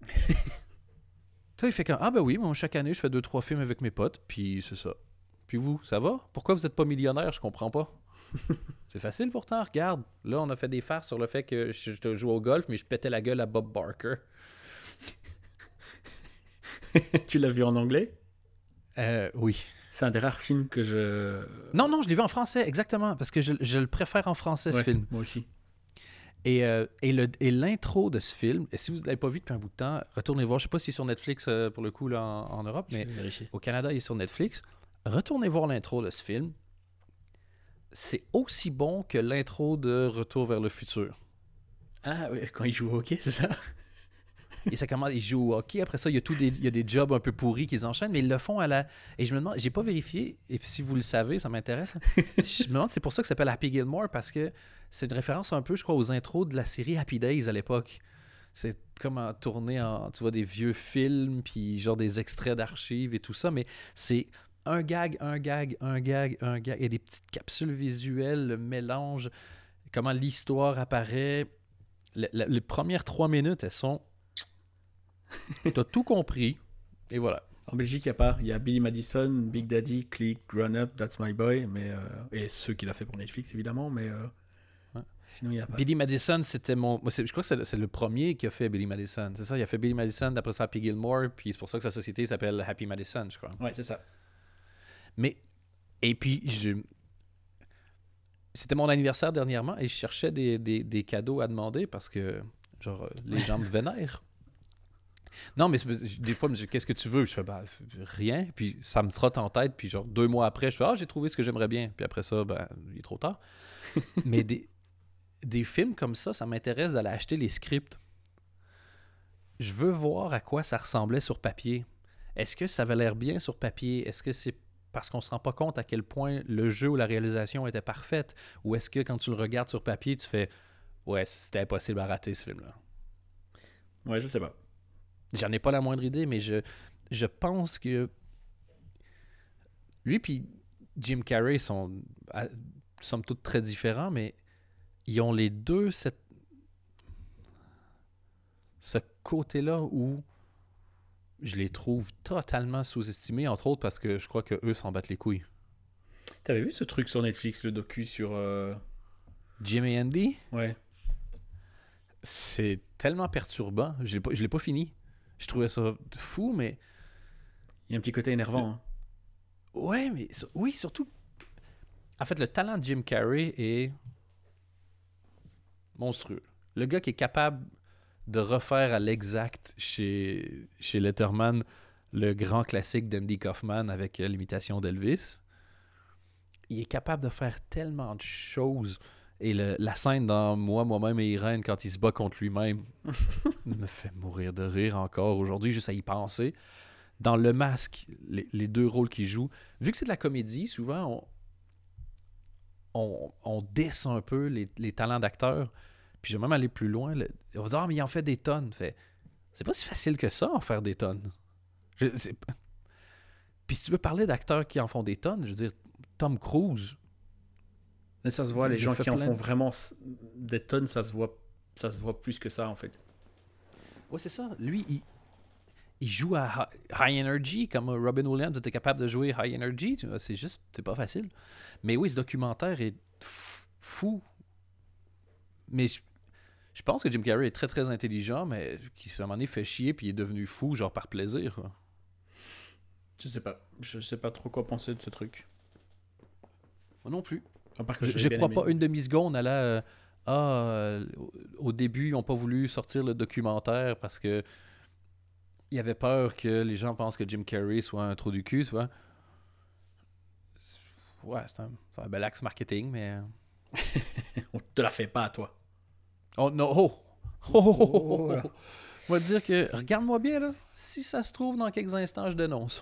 Speaker 1: Tu sais, il fait comme, ah ben oui, moi, chaque année, je fais 2-3 films avec mes potes, puis c'est ça. Puis vous, ça va? Pourquoi vous n'êtes pas millionnaire? Je comprends pas. C'est facile pourtant, regarde. Là, on a fait des farces sur le fait que je joue au golf, mais je pétais la gueule à Bob Barker.
Speaker 2: Tu l'as vu en anglais?
Speaker 1: Oui.
Speaker 2: C'est un des rares films que je...
Speaker 1: Non, je l'ai vu en français, exactement, parce que je le préfère en français, ce film.
Speaker 2: Moi aussi.
Speaker 1: Et l'intro de ce film, et si vous ne l'avez pas vu depuis un bout de temps, retournez voir. Je ne sais pas si c'est sur Netflix pour le coup là, en Europe, mais au Canada, il est sur Netflix. Retournez voir l'intro de ce film. C'est aussi bon que l'intro de Retour vers le futur.
Speaker 2: Ah oui, quand il joue au hockey, c'est ça?
Speaker 1: Et ça commence, ils jouent au hockey. Après ça, il y a des jobs un peu pourris qu'ils enchaînent, mais ils le font à la. Et je me demande, j'ai pas vérifié, et si vous le savez, ça m'intéresse. Je me demande, c'est pour ça que ça s'appelle Happy Gilmore, parce que c'est une référence un peu, je crois, aux intros de la série Happy Days à l'époque. C'est comme tourné en, tu vois, des vieux films, puis genre des extraits d'archives et tout ça, mais c'est un gag, un gag, un gag, un gag. Il y a des petites capsules visuelles, le mélange, comment l'histoire apparaît. Les premières 3 minutes, elles sont. T'as tout compris, et voilà.
Speaker 2: En Belgique, il y a Billy Madison, Big Daddy, Click, Grown Up, That's My Boy, et ceux qu'il a fait pour Netflix, évidemment, mais
Speaker 1: Ouais.
Speaker 2: sinon, il n'y a pas.
Speaker 1: Billy Madison, c'était mon. Je crois que c'est le premier qui a fait Billy Madison. C'est ça, il a fait Billy Madison, d'après ça, Happy Gilmore, puis c'est pour ça que sa société s'appelle Happy Madison, je crois.
Speaker 2: Ouais, c'est ça.
Speaker 1: Mais, et puis, c'était mon anniversaire dernièrement, et je cherchais des cadeaux à demander parce que, genre, les gens me vénèrent. Non, mais des fois, qu'est-ce que tu veux? Je fais, rien. Puis ça me trotte en tête. Puis genre, 2 mois après, je fais, j'ai trouvé ce que j'aimerais bien. Puis après ça, il est trop tard. Mais des films comme ça m'intéresse d'aller acheter les scripts. Je veux voir à quoi ça ressemblait sur papier. Est-ce que ça avait l'air bien sur papier? Est-ce que c'est parce qu'on se rend pas compte à quel point le jeu ou la réalisation était parfaite? Ou est-ce que quand tu le regardes sur papier, tu fais, ouais, c'était impossible à rater ce film-là?
Speaker 2: Ouais, je sais pas.
Speaker 1: J'en ai pas la moindre idée, mais je pense que lui puis Jim Carrey sont somme toute très différents, mais ils ont les deux ce côté-là où je les trouve totalement sous-estimés, entre autres parce que je crois qu'eux s'en battent les couilles.
Speaker 2: T'avais vu ce truc sur Netflix, le docu sur...
Speaker 1: Jim et Andy?
Speaker 2: Ouais.
Speaker 1: C'est tellement perturbant. Je l'ai pas fini. Je trouvais ça fou, mais...
Speaker 2: Il y a un petit côté énervant. Hein.
Speaker 1: Ouais, mais... Oui, surtout... En fait, le talent de Jim Carrey est monstrueux. Le gars qui est capable de refaire à l'exact chez Letterman le grand classique d'Andy Kaufman avec l'imitation d'Elvis. Il est capable de faire tellement de choses. Et la scène dans Moi-même et Irène, quand il se bat contre lui-même, me fait mourir de rire encore aujourd'hui, juste à y penser. Dans Le Masque, les deux rôles qu'il joue, vu que c'est de la comédie, souvent, on diss un peu les talents d'acteurs. Puis je vais même aller plus loin. On va dire, mais il en fait des tonnes. C'est pas si facile que ça, en faire des tonnes. Puis si tu veux parler d'acteurs qui en font des tonnes, je veux dire, Tom Cruise.
Speaker 2: Mais ça se voit, les gens qui en font vraiment des tonnes, ça se voit plus que ça, en fait.
Speaker 1: Ouais, c'est ça. Lui, il joue à High Energy, comme Robin Williams était capable de jouer High Energy. Tu vois, c'est pas facile. Mais oui, ce documentaire est fou. Mais je pense que Jim Carrey est très très intelligent, mais qui à un moment donné fait chier puis il est devenu fou, genre par plaisir. Quoi.
Speaker 2: Je sais pas. Je sais pas trop quoi penser de ce truc.
Speaker 1: Moi non plus.
Speaker 2: Je
Speaker 1: crois pas une demi-seconde à la... au début, ils n'ont pas voulu sortir le documentaire parce que il avait peur que les gens pensent que Jim Carrey soit un trou du cul, tu vois. Ouais, c'est un bel axe marketing, mais...
Speaker 2: On te la fait pas à toi.
Speaker 1: Oh non! Oh. On va te dire que, regarde-moi bien, là. Si ça se trouve, dans quelques instants, je dénonce.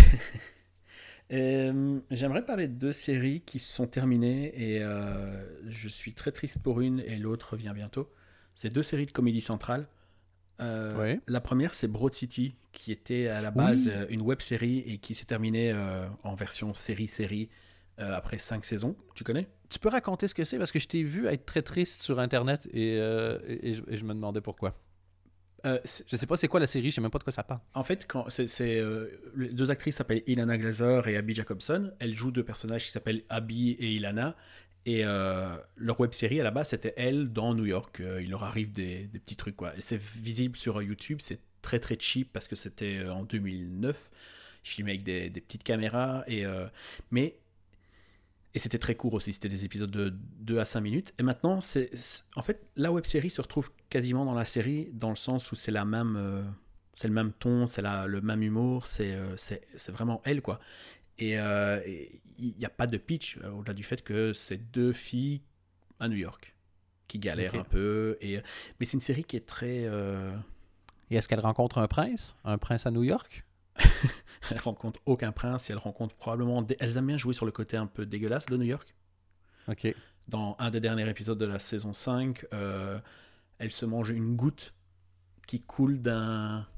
Speaker 2: J'aimerais parler de 2 séries qui se sont terminées et je suis très triste pour une et l'autre vient bientôt. C'est 2 séries de Comédie Centrale.
Speaker 1: Ouais.
Speaker 2: La première, c'est Broad City, qui était à la base une web série et qui s'est terminée en version série après 5 saisons. Tu connais?
Speaker 1: Tu peux raconter ce que c'est parce que je t'ai vu être très triste sur Internet et je me demandais pourquoi. Je sais pas c'est quoi la série, je sais même pas de quoi ça parle.
Speaker 2: En fait, les 2 actrices s'appellent Ilana Glazer et Abby Jacobson. Elles jouent 2 personnages qui s'appellent Abby et Ilana. Et leur web série à la base, c'était elles dans New York. Il leur arrive des petits trucs, quoi. Et c'est visible sur YouTube. C'est très très cheap parce que c'était en 2009. Ils filmaient avec des petites caméras. Et Et c'était très court aussi, c'était des épisodes de 2 à 5 minutes. Et maintenant, en fait, la web-série se retrouve quasiment dans la série, dans le sens où c'est la même, c'est le même ton, c'est le même humour, c'est vraiment elle, quoi. Et il n'y a pas de pitch, au-delà du fait que c'est 2 filles à New York qui galèrent un peu. Mais c'est une série qui est très...
Speaker 1: Et est-ce qu'elle rencontre un prince? Un prince à New York?
Speaker 2: Elle rencontre aucun prince, et elle rencontre probablement... Elles aiment bien jouer sur le côté un peu dégueulasse de New York.
Speaker 1: OK.
Speaker 2: Dans un des derniers épisodes de la saison 5, elle se mange une goutte qui coule d'un...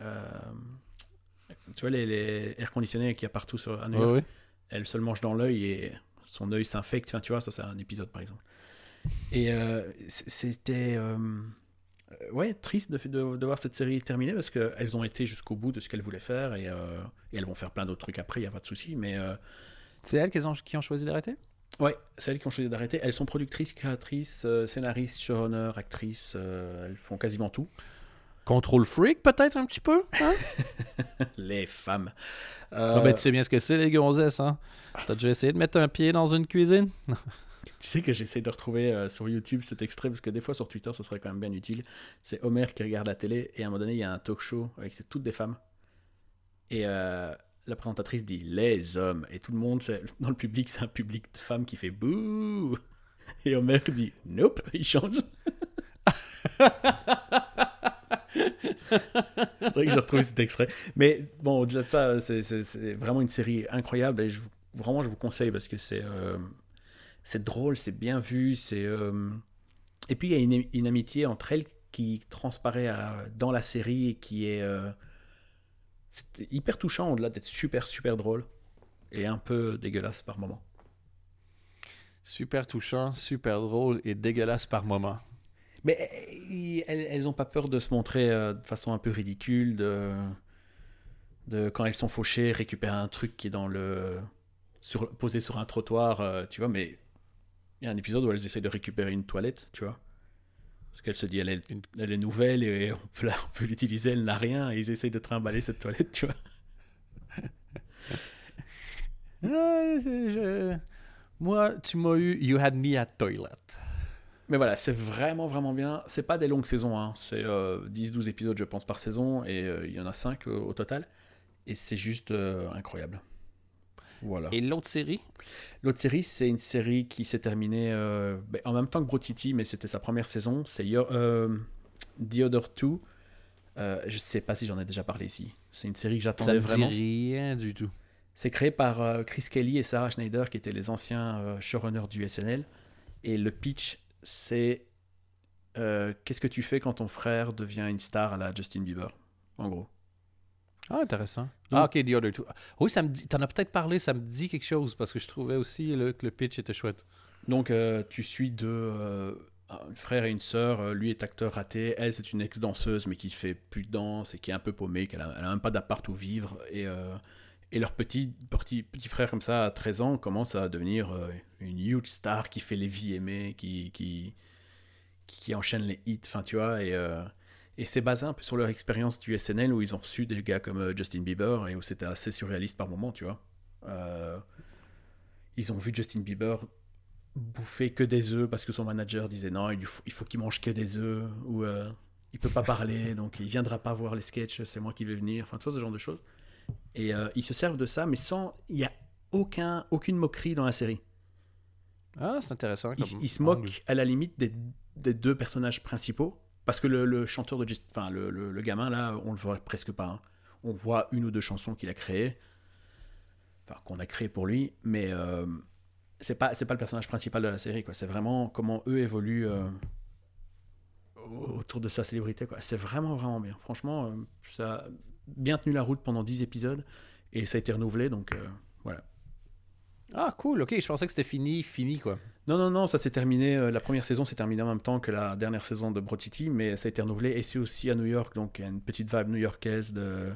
Speaker 2: tu vois les air conditionnés qu'il y a partout à New York.
Speaker 1: Oui.
Speaker 2: Elle se le mange dans l'œil et son œil s'infecte. Enfin, tu vois, ça c'est un épisode par exemple. Et c'était triste de voir cette série terminée parce qu'elles ont été jusqu'au bout de ce qu'elles voulaient faire et elles vont faire plein d'autres trucs après, il n'y a pas de souci. Mais
Speaker 1: c'est elles qui ont choisi d'arrêter?
Speaker 2: Ouais, c'est elles qui ont choisi d'arrêter. Elles sont productrices, créatrices, scénaristes, showrunners, actrices. Elles font quasiment tout.
Speaker 1: Control freak, peut-être un petit peu, hein?
Speaker 2: Les femmes.
Speaker 1: Tu sais bien ce que c'est, les gonzesses, hein? T'as déjà essayé de mettre un pied dans une cuisine?
Speaker 2: Tu sais que j'essaie de retrouver sur YouTube cet extrait, parce que des fois sur Twitter, ça serait quand même bien utile. C'est Homer qui regarde la télé, et à un moment donné, il y a un talk show avec toutes des femmes. Et la présentatrice dit « les hommes ». Et tout le monde, dans le public, c'est un public de femmes qui fait « bouh ». Et Homer dit « nope », il change. Faudrait que je retrouve cet extrait. Mais bon, au-delà de ça, c'est vraiment une série incroyable et vraiment je vous conseille parce que c'est drôle, c'est bien vu, et puis il y a une amitié entre elles qui transparaît dans la série et qui est c'est hyper touchant au-delà d'être super super drôle et un peu dégueulasse par moment.
Speaker 1: Super touchant, super drôle et dégueulasse par moment.
Speaker 2: Mais elles n'ont pas peur de se montrer de façon un peu ridicule, de quand elles sont fauchées, récupérer un truc qui est posé sur un trottoir, tu vois, mais il y a un épisode où elles essayent de récupérer une toilette, tu vois. Parce qu'elle se dit, elle est nouvelle et on peut l'utiliser, elle n'a rien, et ils essayent de trimballer cette toilette, tu vois.
Speaker 1: Moi, tu m'as eu, you had me at toilet.
Speaker 2: Mais voilà, c'est vraiment, vraiment bien. C'est pas des longues saisons, hein. C'est 10-12 épisodes, je pense, par saison, et il y en a 5 au total. Et c'est juste incroyable. Voilà.
Speaker 1: Et l'autre série?
Speaker 2: L'autre série, c'est une série qui s'est terminée en même temps que Broad City, mais c'était sa première saison. C'est The Other Two. Je sais pas si j'en ai déjà parlé ici. C'est une série que j'attendais vraiment.
Speaker 1: Ça me dit rien du tout.
Speaker 2: C'est créé par Chris Kelly et Sarah Schneider, qui étaient les anciens showrunners du SNL. Et le pitch, c'est qu'est-ce que tu fais quand ton frère devient une star à la Justin Bieber, en gros.
Speaker 1: Ah, intéressant. Donc, ok, The Other Two. Oui, t'en as peut-être parlé, ça me dit quelque chose, parce que je trouvais aussi que le pitch était chouette.
Speaker 2: Donc, tu suis un frère et une sœur. Lui est acteur raté. Elle, c'est une ex-danseuse, mais qui fait plus de danse et qui est un peu paumée, elle a même pas d'appart où vivre. Et leur petit frère, comme ça, à 13 ans, commence à devenir une huge star qui fait les VMA, qui enchaîne les hits, enfin, tu vois, et c'est basé un peu sur leur expérience du SNL où ils ont reçu des gars comme Justin Bieber et où c'était assez surréaliste par moments, tu vois. Ils ont vu Justin Bieber bouffer que des œufs parce que son manager disait non, il faut qu'il mange que des œufs, ou il peut pas parler, donc il viendra pas voir les sketchs, c'est moi qui vais venir, enfin, tout ce genre de choses. Et ils se servent de ça, mais il n'y a aucune moquerie dans la série.
Speaker 1: Ah, c'est intéressant.
Speaker 2: Ils se moquent à la limite des deux personnages principaux. Parce que le chanteur de le gamin là, on le voit presque pas. Hein. On voit une ou deux chansons qu'il a créées, enfin qu'on a créées pour lui, mais c'est pas le personnage principal de la série, quoi. C'est vraiment comment eux évoluent autour de sa célébrité, quoi. C'est vraiment vraiment bien. Franchement, ça a bien tenu la route pendant 10 épisodes et ça a été renouvelé, donc voilà.
Speaker 1: Ah, cool, ok, je pensais que c'était fini, quoi.
Speaker 2: Non, ça s'est terminé, la première saison s'est terminée en même temps que la dernière saison de Broad City, mais ça a été renouvelé, et c'est aussi à New York, donc il y a une petite vibe new-yorkaise de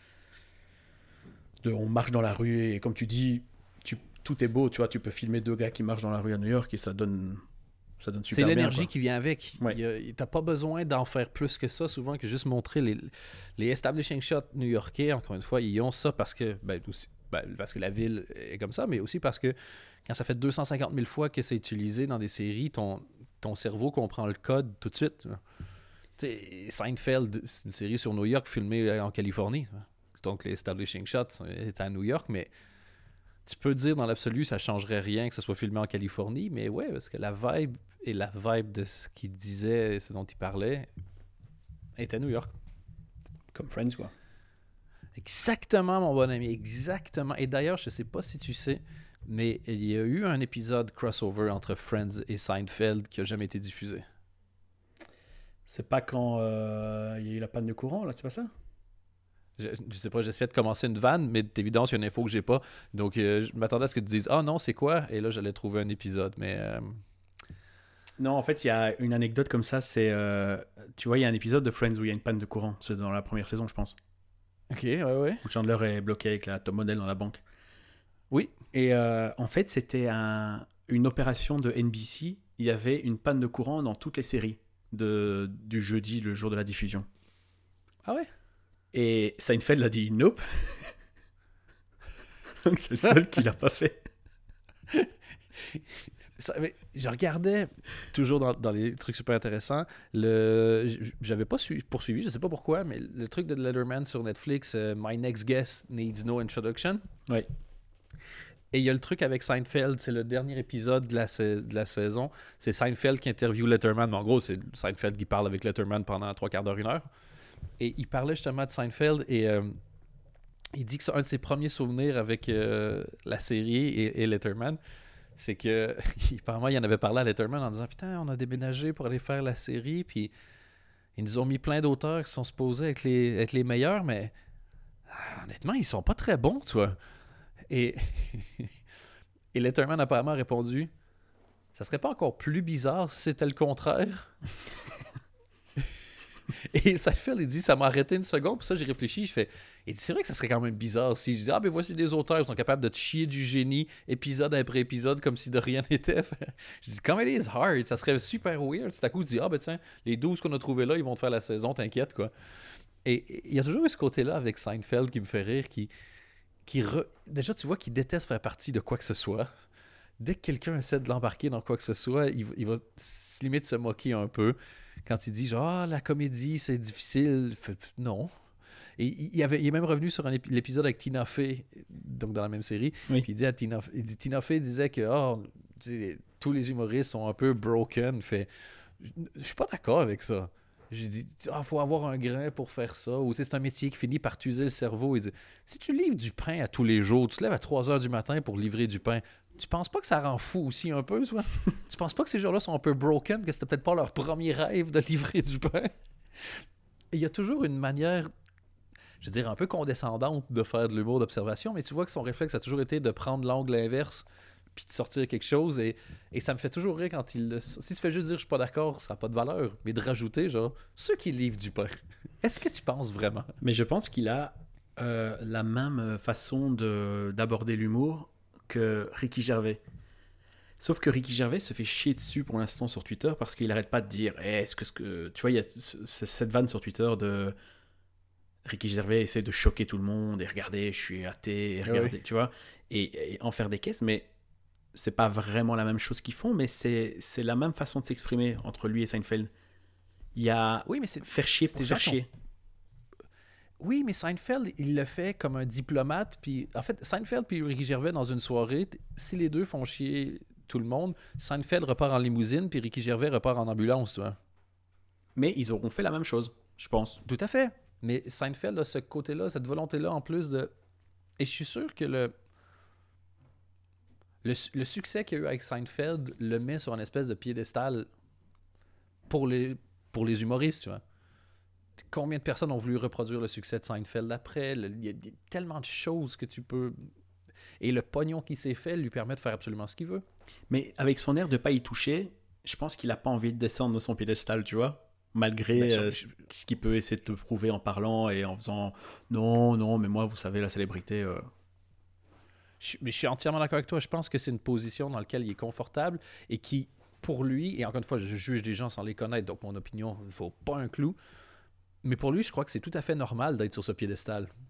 Speaker 2: on marche dans la rue, et comme tu dis, tout est beau, tu vois, tu peux filmer deux gars qui marchent dans la rue à New York, et ça donne super bien.
Speaker 1: C'est l'énergie qui vient avec.
Speaker 2: Ouais.
Speaker 1: T'as pas besoin d'en faire plus que ça, souvent, que juste montrer les establishing shots new-yorkais, encore une fois, ils ont ça parce que, parce que la ville est comme ça, mais aussi parce que quand ça fait 250 000 fois que c'est utilisé dans des séries, ton cerveau comprend le code tout de suite. Tu sais, Seinfeld, c'est une série sur New York filmée en Californie. Donc les establishing shots étaient à New York, mais tu peux dire dans l'absolu, ça changerait rien que ce soit filmé en Californie, mais ouais, parce que la vibe de ce qu'il disait, ce dont il parlait, était à New York.
Speaker 2: Comme Friends, quoi.
Speaker 1: Exactement, mon bon ami, exactement. Et d'ailleurs, je sais pas si tu sais, mais il y a eu un épisode crossover entre Friends et Seinfeld qui a jamais été diffusé.
Speaker 2: C'est pas quand il y a eu la panne de courant, là, c'est pas ça?
Speaker 1: Je sais pas, j'essaie de commencer une vanne, mais d'évidence, il y a une info que j'ai pas. Donc, je m'attendais à ce que tu dises « Ah non, c'est quoi? » Et là, j'allais trouver un épisode, mais...
Speaker 2: Non, en fait, il y a une anecdote comme ça, c'est... tu vois, il y a un épisode de Friends où il y a une panne de courant. C'est dans la première saison, je pense.
Speaker 1: Ok, ouais.
Speaker 2: Où Chandler est bloqué avec la top modèle dans la banque.
Speaker 1: Oui.
Speaker 2: Et en fait, c'était une opération de NBC. Il y avait une panne de courant dans toutes les séries du jeudi, le jour de la diffusion.
Speaker 1: Ah ouais?
Speaker 2: Et Seinfeld a dit nope. Donc c'est le seul qui l'a pas fait.
Speaker 1: Mais je regardais toujours dans les trucs super intéressants. J'avais pas poursuivi, je sais pas pourquoi, mais le truc de Letterman sur Netflix, My Next Guest Needs No Introduction.
Speaker 2: Oui.
Speaker 1: Et il y a le truc avec Seinfeld, c'est le dernier épisode de la saison. C'est Seinfeld qui interviewe Letterman. Mais en gros, c'est Seinfeld qui parle avec Letterman pendant 3/4 d'heure, 1 heure. Et il parlait justement de Seinfeld et il dit que c'est un de ses premiers souvenirs avec la série et Letterman. C'est que, apparemment, il en avait parlé à Letterman en disant « Putain, on a déménagé pour aller faire la série, puis ils nous ont mis plein d'auteurs qui sont supposés être les meilleurs, mais honnêtement, ils sont pas très bons, tu vois. » Et Letterman a apparemment répondu « Ça serait pas encore plus bizarre si c'était le contraire? » Et Seinfeld, il dit, ça m'a arrêté une seconde, puis ça, j'ai réfléchi, il dit, c'est vrai que ça serait quand même bizarre si je dis, ben voici des auteurs qui sont capables de te chier du génie, épisode après épisode, comme si de rien n'était. Je dis, comme it is hard, ça serait super weird. Tout à coup, tu dis, ben tiens, les 12 qu'on a trouvés là, ils vont te faire la saison, t'inquiète, quoi. Et il y a toujours eu ce côté-là avec Seinfeld qui me fait rire, déjà, tu vois qu'il déteste faire partie de quoi que ce soit. Dès que quelqu'un essaie de l'embarquer dans quoi que ce soit, il va limite se moquer un peu. Quand il dit genre la comédie c'est difficile, non. Et il est même revenu sur l'épisode avec Tina Fey, donc dans la même série.
Speaker 2: Oui.
Speaker 1: Puis Tina Fey disait que tous les humoristes sont un peu broken. Je suis pas d'accord avec ça. J'ai dit faut avoir un grain pour faire ça, ou c'est un métier qui finit par t'user le cerveau. Il dit si tu livres du pain à tous les jours, tu te lèves à 3h du matin pour livrer du pain. Tu penses pas que ça rend fou aussi un peu, toi? Tu penses pas que ces gens-là sont un peu broken, que c'était peut-être pas leur premier rêve de livrer du pain? Et il y a toujours une manière, je veux dire, un peu condescendante de faire de l'humour d'observation, mais tu vois que son réflexe a toujours été de prendre l'angle inverse puis de sortir quelque chose, et ça me fait toujours rire quand si tu fais juste dire « je suis pas d'accord », ça n'a pas de valeur, mais de rajouter genre « ceux qui livrent du pain ». Est-ce que tu penses vraiment?
Speaker 2: Mais je pense qu'il a la même façon d'aborder l'humour que Ricky Gervais. Sauf que Ricky Gervais se fait chier dessus pour l'instant sur Twitter parce qu'il arrête pas de dire est-ce que tu vois, il y a cette vanne sur Twitter de Ricky Gervais essaie de choquer tout le monde et regardez, je suis athée, et regardez, oui. Tu vois, et en faire des caisses, mais c'est pas vraiment la même chose qu'ils font, mais c'est la même façon de s'exprimer entre lui et Seinfeld. Il y a
Speaker 1: oui, mais c'est
Speaker 2: faire chier pour faire chier.
Speaker 1: Oui, mais Seinfeld, il le fait comme un diplomate. Puis, en fait, Seinfeld puis Ricky Gervais dans une soirée, si les deux font chier tout le monde, Seinfeld repart en limousine, puis Ricky Gervais repart en ambulance, tu vois.
Speaker 2: Mais ils auront fait la même chose, je pense.
Speaker 1: Tout à fait. Mais Seinfeld a ce côté-là, cette volonté-là en plus de... Et je suis sûr que le succès qu'il y a eu avec Seinfeld le met sur une espèce de piédestal pour les humoristes, tu vois. Combien de personnes ont voulu reproduire le succès de Seinfeld après? Il y a tellement de choses que tu peux... Et le pognon qu'il s'est fait lui permet de faire absolument ce qu'il veut.
Speaker 2: Mais avec son air de pas y toucher, je pense qu'il a pas envie de descendre de son piédestal, tu vois? Malgré ce qu'il peut essayer de te prouver en parlant et en faisant « Non, mais moi, vous savez, la célébrité...
Speaker 1: Je suis entièrement d'accord avec toi. Je pense que c'est une position dans laquelle il est confortable et qui, pour lui, et encore une fois, je juge des gens sans les connaître, donc mon opinion ne vaut pas un clou, mais pour lui, je crois que c'est tout à fait normal d'être sur ce piédestal.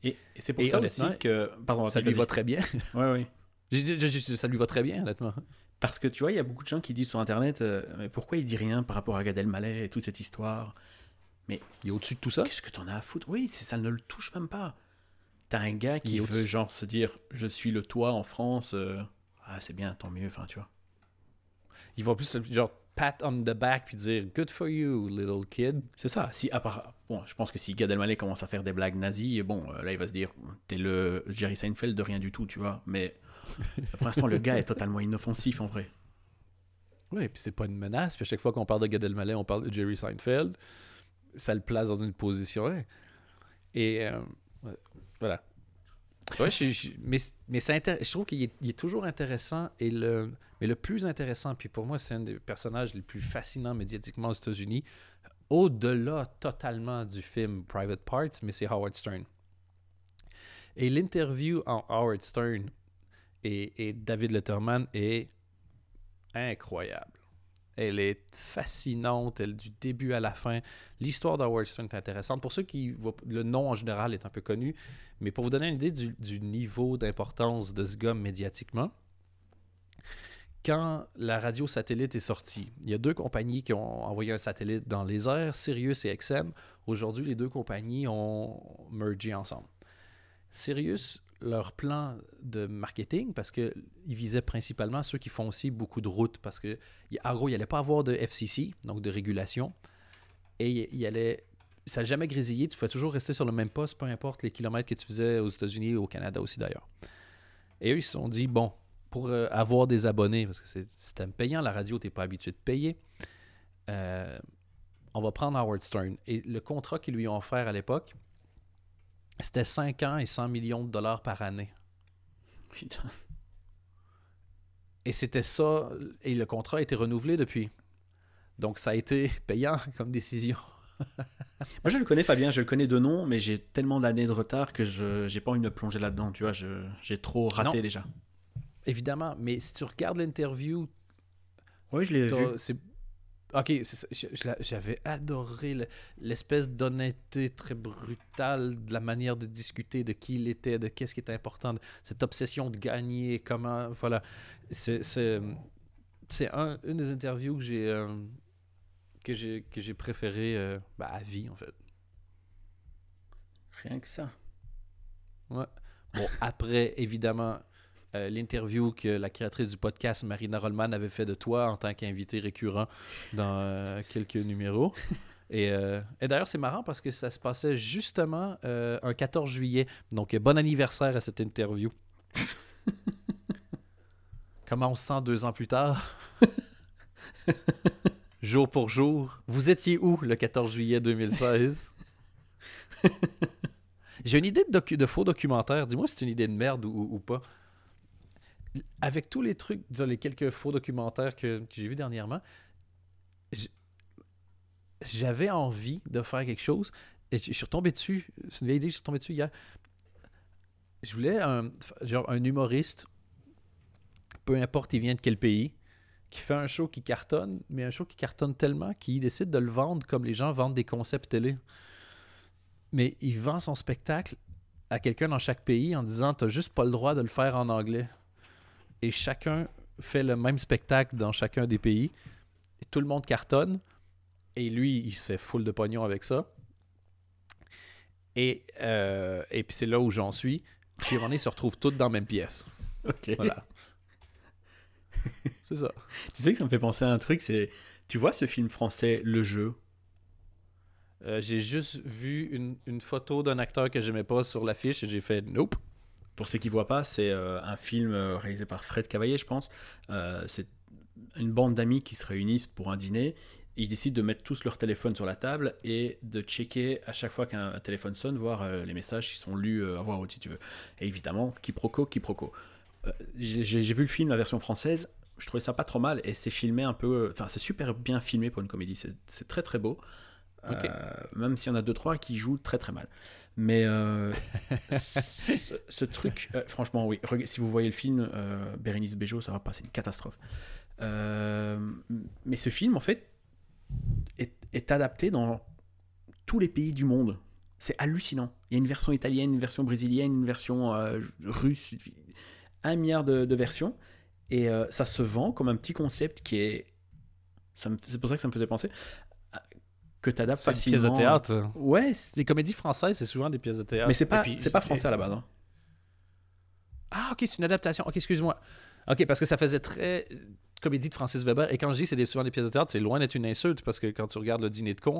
Speaker 2: Et c'est pour
Speaker 1: Et
Speaker 2: ça aussi
Speaker 1: honnêtement,
Speaker 2: que... Pardon,
Speaker 1: ça lui
Speaker 2: vas-y.
Speaker 1: va très bien.
Speaker 2: Ouais, ouais.
Speaker 1: Ça lui va très bien, honnêtement.
Speaker 2: Parce que tu vois, il y a beaucoup de gens qui disent sur Internet mais pourquoi il dit rien par rapport à Gad Elmaleh et toute cette histoire. Mais
Speaker 1: Il est au-dessus de tout ça.
Speaker 2: qu'est-ce que t'en as à foutre? Oui, ça ne le touche même pas. T'as un gars qui
Speaker 1: Il est
Speaker 2: veut
Speaker 1: au-dessus.
Speaker 2: genre se dire je suis le toit en France. Ah, c'est bien, tant mieux. Enfin, tu vois.
Speaker 1: Il va plus genre pat on the back puis dire good for you, little kid.
Speaker 2: C'est ça. Si, à part, bon, je pense que si Gad Elmaleh commence à faire des blagues nazies, bon, là, il va se dire t'es le Jerry Seinfeld de rien du tout, tu vois. Mais pour l'instant, le gars est totalement inoffensif en vrai.
Speaker 1: Oui, puis c'est pas une menace. Puis à chaque fois qu'on parle de Gad Elmaleh, on parle de Jerry Seinfeld. Ça le place dans une position. Ouais. Et voilà. Ouais, mais je trouve qu'il est toujours intéressant. Mais le plus intéressant, puis pour moi, c'est un des personnages les plus fascinants médiatiquement aux États-Unis, au-delà totalement du film Private Parts, mais c'est Howard Stern. Et l'interview en Howard Stern et David Letterman est incroyable. Elle est fascinante, du début à la fin. L'histoire d'Howard Stern est intéressante. Pour ceux qui voient, le nom en général est un peu connu, mais pour vous donner une idée du niveau d'importance de ce gars médiatiquement, quand la radio satellite est sortie, il y a deux compagnies qui ont envoyé un satellite dans les airs, Sirius et XM. Aujourd'hui, les deux compagnies ont mergé ensemble. Sirius, leur plan de marketing, parce qu'ils visaient principalement ceux qui font aussi beaucoup de routes, parce que, en gros, il n'allait pas avoir de FCC, donc de régulation, et ça n'a jamais grésillé, tu pouvais toujours rester sur le même poste, peu importe les kilomètres que tu faisais aux États-Unis et au Canada aussi d'ailleurs. Et eux, ils se sont dit, bon, pour avoir des abonnés, parce que c'est payant, la radio, tu n'es pas habitué de payer, on va prendre Howard Stern. Et le contrat qu'ils lui ont offert à l'époque, c'était 5 ans et 100 millions de dollars par année.
Speaker 2: Putain.
Speaker 1: Et c'était ça, et le contrat a été renouvelé depuis. Donc ça a été payant comme décision.
Speaker 2: Moi, je le connais pas bien, je le connais de nom, mais j'ai tellement d'années de retard que j'ai pas envie de me plonger là-dedans, tu vois, j'ai trop raté déjà.
Speaker 1: Évidemment, mais si tu regardes l'interview,
Speaker 2: Oui, je l'ai vu.
Speaker 1: Ok, c'est ça. J'avais adoré l'espèce d'honnêteté très brutale de la manière de discuter, de qui il était, de qu'est-ce qui était important, cette obsession de gagner, comment... Voilà. C'est une des interviews que j'ai préférées à vie, en fait.
Speaker 2: Rien que ça.
Speaker 1: Ouais. Bon, après, évidemment, l'interview que la créatrice du podcast, Marina Rollman, avait fait de toi en tant qu'invité récurrent dans quelques numéros. Et d'ailleurs, c'est marrant parce que ça se passait justement un 14 juillet. Donc, bon anniversaire à cette interview. Comment on se sent 2 ans plus tard? Jour pour jour. Vous étiez où le 14 juillet 2016? J'ai une idée de faux documentaire. Dis-moi si c'est une idée de merde ou pas. Avec tous les trucs, les quelques faux documentaires que j'ai vus dernièrement, j'avais envie de faire quelque chose. Et je suis retombé dessus. C'est une vieille idée, je suis retombé dessus hier. Je voulais un humoriste, peu importe il vient de quel pays, qui fait un show qui cartonne, mais un show qui cartonne tellement qu'il décide de le vendre comme les gens vendent des concepts télé. Mais il vend son spectacle à quelqu'un dans chaque pays en disant « T'as juste pas le droit de le faire en anglais ». Et chacun fait le même spectacle dans chacun des pays. Et tout le monde cartonne. Et lui, il se fait full de pognon avec ça. Et puis c'est là où j'en suis. Puis à un moment donné, ils se retrouvent tous dans la même pièce.
Speaker 2: Ok.
Speaker 1: Voilà. C'est ça.
Speaker 2: Tu sais que ça me fait penser à un truc, c'est... Tu vois ce film français, Le Jeu?
Speaker 1: J'ai juste vu une photo d'un acteur que j'aimais pas sur l'affiche et j'ai fait « Nope ».
Speaker 2: Pour ceux qui ne voient pas, c'est un film réalisé par Fred Cavaillé, je pense. C'est une bande d'amis qui se réunissent pour un dîner. Ils décident de mettre tous leur téléphone sur la table et de checker à chaque fois qu'un téléphone sonne, voir les messages qui sont lus à voix haute, si tu veux. Et évidemment, quiproquo. J'ai vu le film, la version française. Je trouvais ça pas trop mal et c'est filmé un peu... Enfin, c'est super bien filmé pour une comédie. C'est très très beau. Okay. Même s'il y en a 2-3 qui jouent très très mal. Mais ce truc, franchement, oui. Si vous voyez le film, Bérénice Bejo, ça va pas, c'est une catastrophe. Mais ce film, en fait, est adapté dans tous les pays du monde. C'est hallucinant. Il y a une version italienne, une version brésilienne, une version russe, 1 milliard de versions. Et ça se vend comme un petit concept qui est... C'est pour ça que ça me faisait penser que tu adaptes facilement.
Speaker 1: C'est des pièces de théâtre.
Speaker 2: Ouais.
Speaker 1: Les comédies françaises, c'est souvent des pièces de théâtre.
Speaker 2: Mais c'est pas français à la base. Hein.
Speaker 1: Ah, ok, c'est une adaptation. Ok, excuse-moi. Ok, parce que ça faisait très comédie de Francis Weber. Et quand je dis que c'est souvent des pièces de théâtre, c'est loin d'être une insulte, parce que quand tu regardes Le Dîner de con,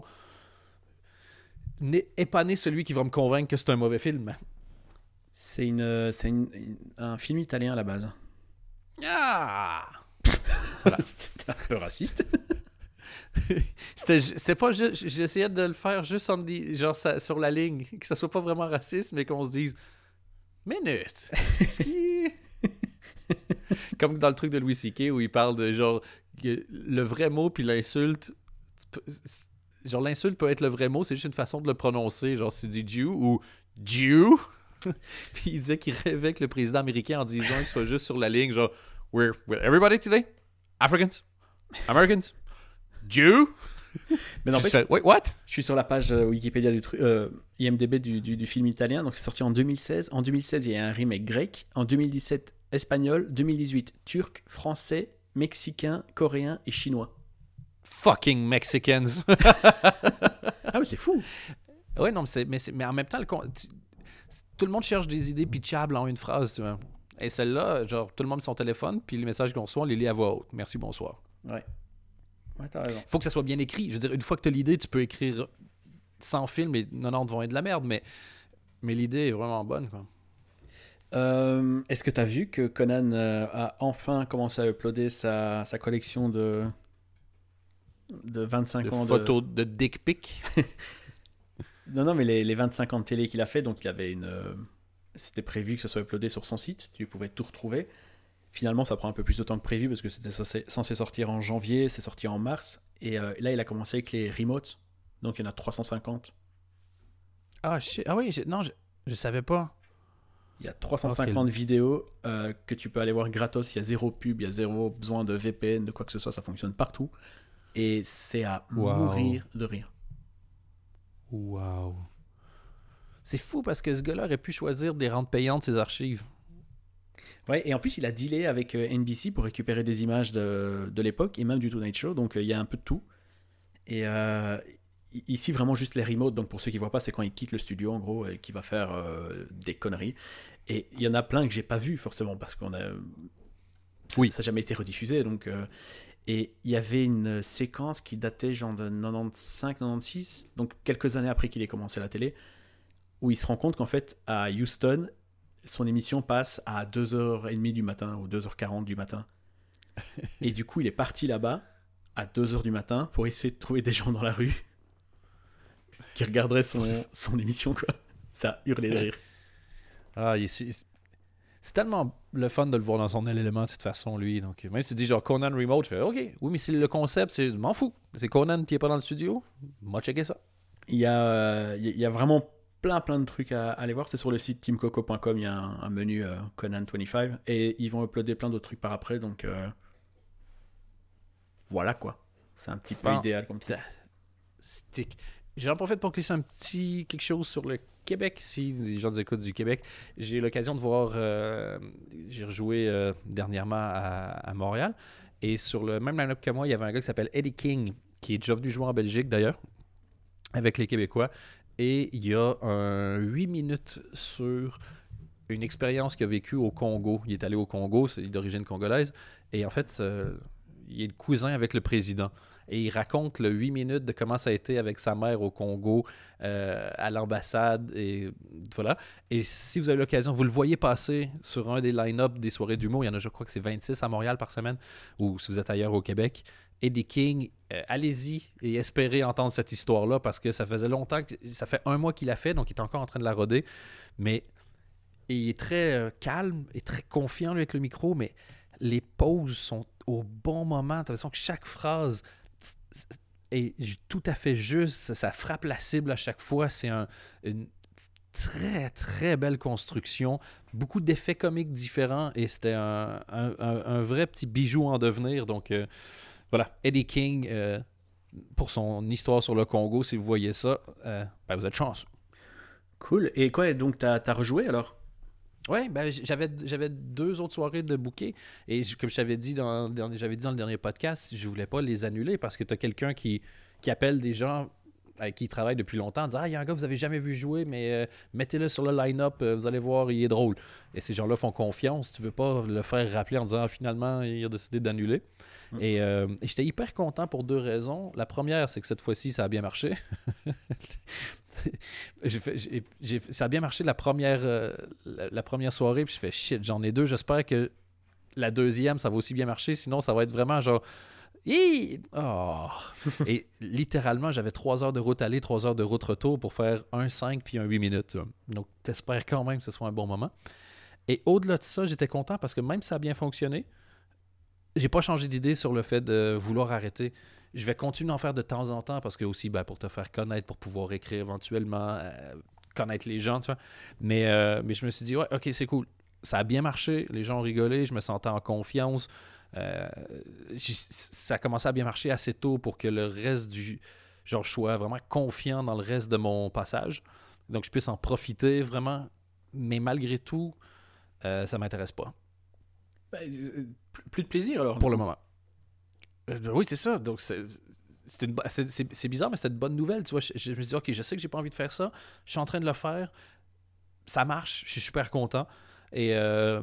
Speaker 1: n'est pas né celui qui va me convaincre que c'est un mauvais film.
Speaker 2: C'est un film italien à la base.
Speaker 1: Ah!
Speaker 2: Voilà. C'était un peu raciste.
Speaker 1: C'est pas juste... J'essayais de le faire juste genre sur la ligne, que ça soit pas vraiment raciste, mais qu'on se dise minute. Comme dans le truc de Louis C.K. où il parle de genre le vrai mot puis l'insulte. Genre l'insulte peut être le vrai mot, c'est juste une façon de le prononcer. Genre si tu dis Jew ou Jew. Puis il disait qu'il rêvait que le président américain en disant qu'il soit juste sur la ligne, genre we're everybody today, Africans, Americans, Jew.
Speaker 2: Mais non,
Speaker 1: wait, what?
Speaker 2: Je suis sur la page Wikipédia du truc, IMDb du film italien. Donc c'est sorti en 2016. En 2016, il y a un remake grec. En 2017, espagnol. 2018, turc, français, mexicain, coréen et chinois.
Speaker 1: Fucking Mexicans.
Speaker 2: Ah mais c'est fou.
Speaker 1: Ouais, non, mais en même temps, tout le monde cherche des idées pitchables en une phrase, tu vois. Et celle-là, genre, tout le monde met son téléphone, puis les messages qu'on reçoit, on les lit à voix haute. Merci, bonsoir.
Speaker 2: Ouais, t'as raison.
Speaker 1: Faut que ça soit bien écrit. Je veux dire, une fois que tu as l'idée, tu peux écrire 100 films et 90 vont être de la merde, mais l'idée est vraiment bonne, quoi.
Speaker 2: Est-ce que tu as vu que Conan a enfin commencé à uploader sa collection de 25 ans
Speaker 1: photos de dick pic?
Speaker 2: Non, mais les 25 ans de télé qu'il a fait, donc il avait c'était prévu que ça soit uploadé sur son site, tu pouvais tout retrouver. Finalement, ça prend un peu plus de temps que prévu parce que c'était censé sortir en janvier, c'est sorti en mars. Et là, il a commencé avec les remotes, donc il y en a 350.
Speaker 1: Ah, ah oui, je savais pas.
Speaker 2: Il y a 350 vidéos que tu peux aller voir gratos, il y a zéro pub, il y a zéro besoin de VPN, de quoi que ce soit, ça fonctionne partout. Et c'est à mourir de rire.
Speaker 1: Wow. C'est fou parce que ce gars-là aurait pu choisir des rentes payantes ses archives.
Speaker 2: Ouais, et en plus, il a dealé avec NBC pour récupérer des images de l'époque et même du Tonight Show, donc il y a un peu de tout. Et ici, vraiment juste les remotes, donc pour ceux qui ne voient pas, c'est quand il quitte le studio, en gros, et qu'il va faire des conneries. Et il y en a plein que j'ai pas vu forcément, parce qu'on a... Oui. Ça n'a jamais été rediffusé, donc... Et il y avait une séquence qui datait genre de 95-96, donc quelques années après qu'il ait commencé la télé, où il se rend compte qu'en fait, à Houston, son émission passe à 2h30 du matin ou 2h40 du matin. Et du coup, il est parti là-bas à 2h du matin pour essayer de trouver des gens dans la rue qui regarderaient son émission, quoi. Ça hurlait de rire.
Speaker 1: Ah, c'est tellement le fun de le voir dans son élément de toute façon, lui. Donc, même si tu dis genre Conan Remote, je fais OK, oui, mais c'est le concept, c'est m'en fous. C'est Conan qui est pas dans le studio, moi checker ça.
Speaker 2: Il y a vraiment plein de trucs à aller voir. C'est sur le site teamcoco.com, il y a un menu Conan 25 et ils vont uploader plein d'autres trucs par après. Donc voilà quoi. C'est un petit peu idéal comme ça.
Speaker 1: J'en profite pour glisser un petit quelque chose sur le Québec, si les gens nous écoutent du Québec. J'ai eu l'occasion de voir, j'ai rejoué dernièrement à Montréal, et sur le même line-up que moi, il y avait un gars qui s'appelle Eddie King, qui est déjà venu jouer en Belgique d'ailleurs, avec les Québécois, et il y a 8 minutes sur une expérience qu'il a vécue au Congo. Il est allé au Congo, c'est d'origine congolaise, et en fait, il est le cousin avec le président. Et il raconte le 8 minutes de comment ça a été avec sa mère au Congo, à l'ambassade, et voilà. Et si vous avez l'occasion, vous le voyez passer sur un des line-up des soirées d'humour. Il y en a, je crois que c'est 26 à Montréal par semaine, ou si vous êtes ailleurs au Québec. Eddie King, allez-y et espérez entendre cette histoire-là, parce que ça faisait longtemps, ça fait 1 mois qu'il l'a fait, donc il est encore en train de la roder. Mais il est très calme et très confiant lui, avec le micro, mais les pauses sont au bon moment. De toute façon, que chaque phrase est tout à fait juste, ça frappe la cible à chaque fois. C'est une très très belle construction, beaucoup d'effets comiques différents, et c'était un vrai petit bijou en devenir. Donc voilà, Eddie King, pour son histoire sur le Congo, si vous voyez ça, vous êtes chanceux.
Speaker 2: Cool. Et quoi, donc t'as rejoué alors?
Speaker 1: Ouais, ben j'avais 2 autres soirées de booker et comme je t'avais dit j'avais dit dans le dernier podcast, je voulais pas les annuler parce que tu as quelqu'un qui appelle des gens avec qui il travaille depuis longtemps en disant « Ah, il y a un gars que vous avez jamais vu jouer, mais mettez-le sur le line-up, vous allez voir, il est drôle. » Et ces gens-là font confiance. Tu veux pas le faire rappeler en disant « Ah, finalement, il a décidé d'annuler. » Et j'étais hyper content pour 2 raisons. La première, c'est que cette fois-ci, ça a bien marché. Ça a bien marché la première soirée, puis je fais shit, j'en ai 2. J'espère que la deuxième, ça va aussi bien marcher. Sinon, ça va être vraiment genre. Oh. Et littéralement, j'avais 3 heures de route aller, 3 heures de route retour pour faire un 5 puis un 8 minutes. Donc, t'espères quand même que ce soit un bon moment. Et au-delà de ça, j'étais content parce que même si ça a bien fonctionné, j'ai pas changé d'idée sur le fait de vouloir arrêter. Je vais continuer à en faire de temps en temps parce que aussi pour te faire connaître, pour pouvoir écrire éventuellement, connaître les gens, tu vois. Mais je me suis dit, ouais, ok, c'est cool. Ça a bien marché, les gens ont rigolé, je me sentais en confiance. Ça a commencé à bien marcher assez tôt pour que le reste je sois vraiment confiant dans le reste de mon passage. Donc je puisse en profiter vraiment. Mais malgré tout, ça m'intéresse pas.
Speaker 2: Plus de plaisir alors?
Speaker 1: Pour le moment. Oui, c'est ça. Donc, c'est bizarre, mais c'était une bonne nouvelle. Tu vois, je me dis, OK, je sais que j'ai pas envie de faire ça. Je suis en train de le faire. Ça marche. Je suis super content. Et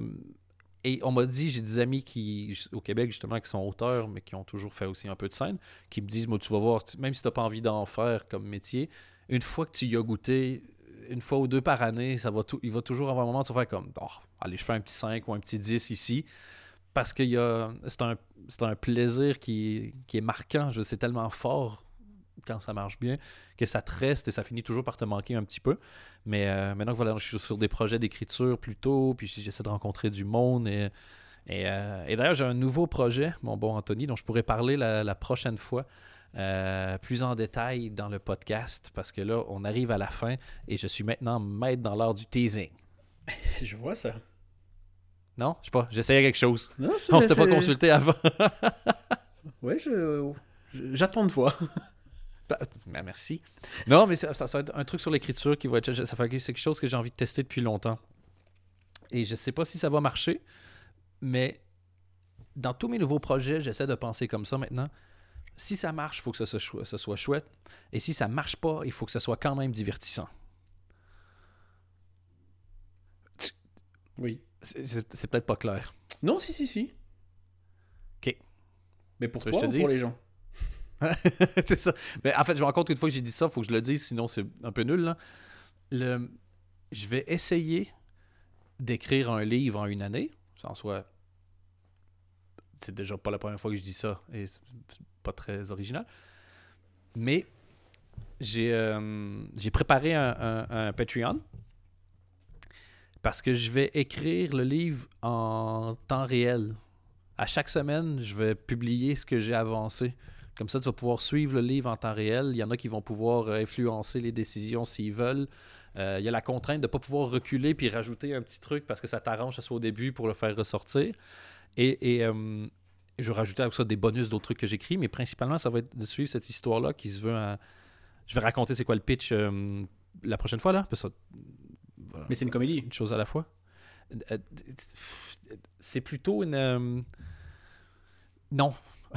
Speaker 1: on m'a dit, j'ai des amis au Québec, justement, qui sont auteurs, mais qui ont toujours fait aussi un peu de scène, qui me disent, moi, tu vas voir, même si tu n'as pas envie d'en faire comme métier, une fois que tu y as goûté, 1 fois ou 2 par année, il va toujours avoir un moment où tu vas faire comme, oh, allez, je fais un petit 5 ou un petit 10 ici. Parce que c'est un plaisir qui est marquant. C'est tellement fort quand ça marche bien que ça te reste et ça finit toujours par te manquer un petit peu. Mais maintenant que voilà, je suis sur des projets d'écriture plutôt, puis j'essaie de rencontrer du monde. Et d'ailleurs, j'ai un nouveau projet, mon bon Anthony, dont je pourrais parler la prochaine fois. Plus en détail dans le podcast parce que là, on arrive à la fin et je suis maintenant maître dans l'art du teasing.
Speaker 2: Je vois ça.
Speaker 1: Non? Je sais pas. J'essayais quelque chose.
Speaker 2: Non,
Speaker 1: on s'était pas consulté avant.
Speaker 2: Ouais, j'attends de voir.
Speaker 1: Ben, merci. Non, mais ça va être un truc sur l'écriture qui va être. Ça fait que c'est quelque chose que j'ai envie de tester depuis longtemps. Et je sais pas si ça va marcher, mais dans tous mes nouveaux projets, j'essaie de penser comme ça maintenant. Si ça marche, il faut que ce soit chouette. Et si ça marche pas, il faut que ce soit quand même divertissant.
Speaker 2: Oui.
Speaker 1: C'est peut-être pas clair.
Speaker 2: Non, si.
Speaker 1: OK.
Speaker 2: Mais pour toi ou pour les gens?
Speaker 1: C'est ça. Mais en fait, je me rends compte qu'une fois que j'ai dit ça, il faut que je le dise, sinon c'est un peu nul. Là. Je vais essayer d'écrire un livre en 1 année. En soi, c'est déjà pas la première fois que je dis ça et c'est pas très original. Mais j'ai préparé un Patreon parce que je vais écrire le livre en temps réel. À chaque semaine, je vais publier ce que j'ai avancé. Comme ça, tu vas pouvoir suivre le livre en temps réel. Il y en a qui vont pouvoir influencer les décisions s'ils veulent. Il y a la contrainte de ne pas pouvoir reculer puis rajouter un petit truc parce que ça t'arrange que ce soit au début pour le faire ressortir. Et je vais rajouter avec ça des bonus d'autres trucs que j'écris, mais principalement, ça va être de suivre cette histoire-là qui se veut... Je vais raconter c'est quoi le pitch la prochaine fois, là. Ça, voilà.
Speaker 2: Mais c'est une comédie.
Speaker 1: Une chose à la fois. C'est plutôt une... Non.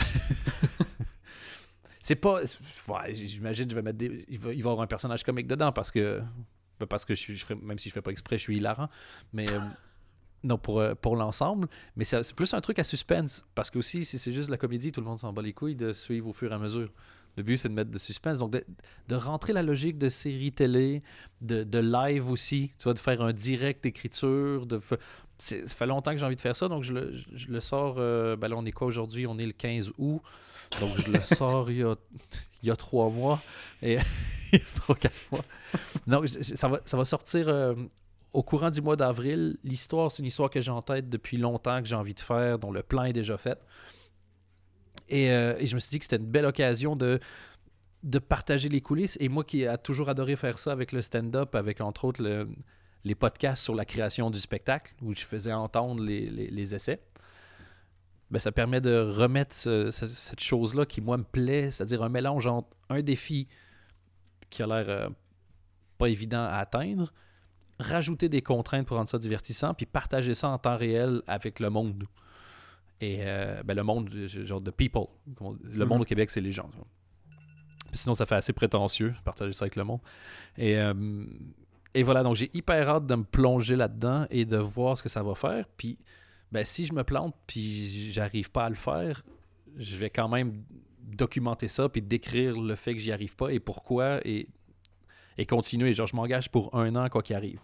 Speaker 1: C'est pas... Ouais, j'imagine je vais mettre il va y avoir un personnage comique dedans parce que même si je fais pas exprès, je suis hilarant. Mais... non, pour l'ensemble, mais c'est plus un truc à suspense, parce que aussi, si c'est juste la comédie, tout le monde s'en bat les couilles de suivre au fur et à mesure. Le but, c'est de mettre de suspense, donc de rentrer la logique de série télé, de live aussi, tu vois, de faire un direct d'écriture, ça fait longtemps que j'ai envie de faire ça, donc je le sors, là, on est quoi aujourd'hui? On est le 15 août, donc je le sors il y a 3 mois, et il y a 3-4 mois. Donc, ça va sortir... au courant du mois d'avril. L'histoire, c'est une histoire que j'ai en tête depuis longtemps, que j'ai envie de faire, dont le plan est déjà fait. Et je me suis dit que c'était une belle occasion de partager les coulisses. Et moi qui ai toujours adoré faire ça avec le stand-up, avec entre autres les podcasts sur la création du spectacle, où je faisais entendre les essais, ben, ça permet de remettre cette chose-là qui, moi, me plaît, c'est-à-dire un mélange entre un défi qui a l'air... pas évident à atteindre, rajouter des contraintes pour rendre ça divertissant, puis partager ça en temps réel avec le monde. Et le monde, genre de people. Le monde au Québec, c'est les gens. Puis sinon, ça fait assez prétentieux, partager ça avec le monde. Et voilà, donc j'ai hyper hâte de me plonger là-dedans et de voir ce que ça va faire. Puis, si je me plante puis j'arrive pas à le faire, je vais quand même documenter ça puis décrire le fait que j'y arrive pas et pourquoi et continuer. Genre, je m'engage pour 1 an, quoi qu'il arrive.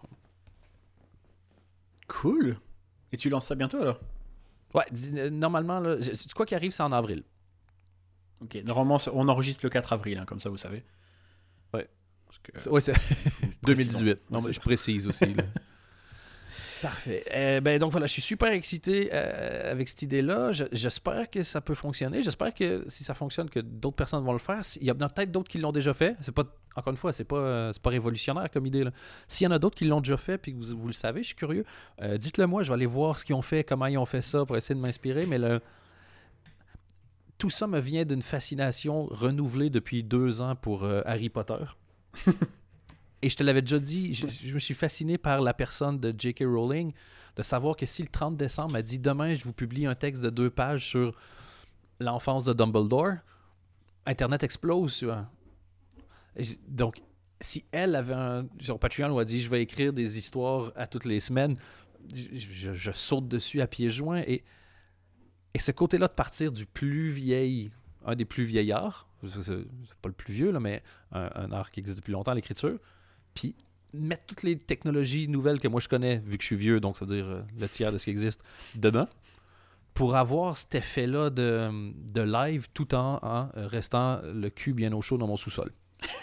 Speaker 2: Cool. Et tu lances ça bientôt, alors?
Speaker 1: Ouais, normalement, là, quoi qu'il arrive, c'est en avril.
Speaker 2: Ok, normalement, on enregistre le 4 avril, hein, comme ça, vous savez.
Speaker 1: Ouais.
Speaker 2: Ouais,
Speaker 1: c'est 2018. Non, mais je précise aussi. Là. Parfait. Donc voilà, je suis super excité avec cette idée-là. J'espère que ça peut fonctionner. J'espère que si ça fonctionne, que d'autres personnes vont le faire. Il y en a peut-être d'autres qui l'ont déjà fait. C'est pas, encore une fois, c'est pas révolutionnaire comme idée. Là. S'il y en a d'autres qui l'ont déjà fait puis que vous le savez, je suis curieux. Dites-le moi, je vais aller voir ce qu'ils ont fait, comment ils ont fait ça pour essayer de m'inspirer. Mais tout ça me vient d'une fascination renouvelée depuis 2 ans pour Harry Potter. Et je te l'avais déjà dit, je me suis fasciné par la personne de J.K. Rowling, de savoir que si le 30 décembre m'a dit « Demain, je vous publie un texte de 2 pages sur l'enfance de Dumbledore », Internet explose, tu vois. Donc, si elle avait sur Patreon, où elle a dit « Je vais écrire des histoires à toutes les semaines », je saute dessus à pieds joints. Et ce côté-là de partir du plus vieil, un des plus vieillards, c'est pas le plus vieux, là, mais un art qui existe depuis longtemps, l'écriture, puis mettre toutes les technologies nouvelles que moi je connais, vu que je suis vieux, donc ça veut dire le tiers de ce qui existe, dedans, pour avoir cet effet-là de live tout en restant le cul bien au chaud dans mon sous-sol.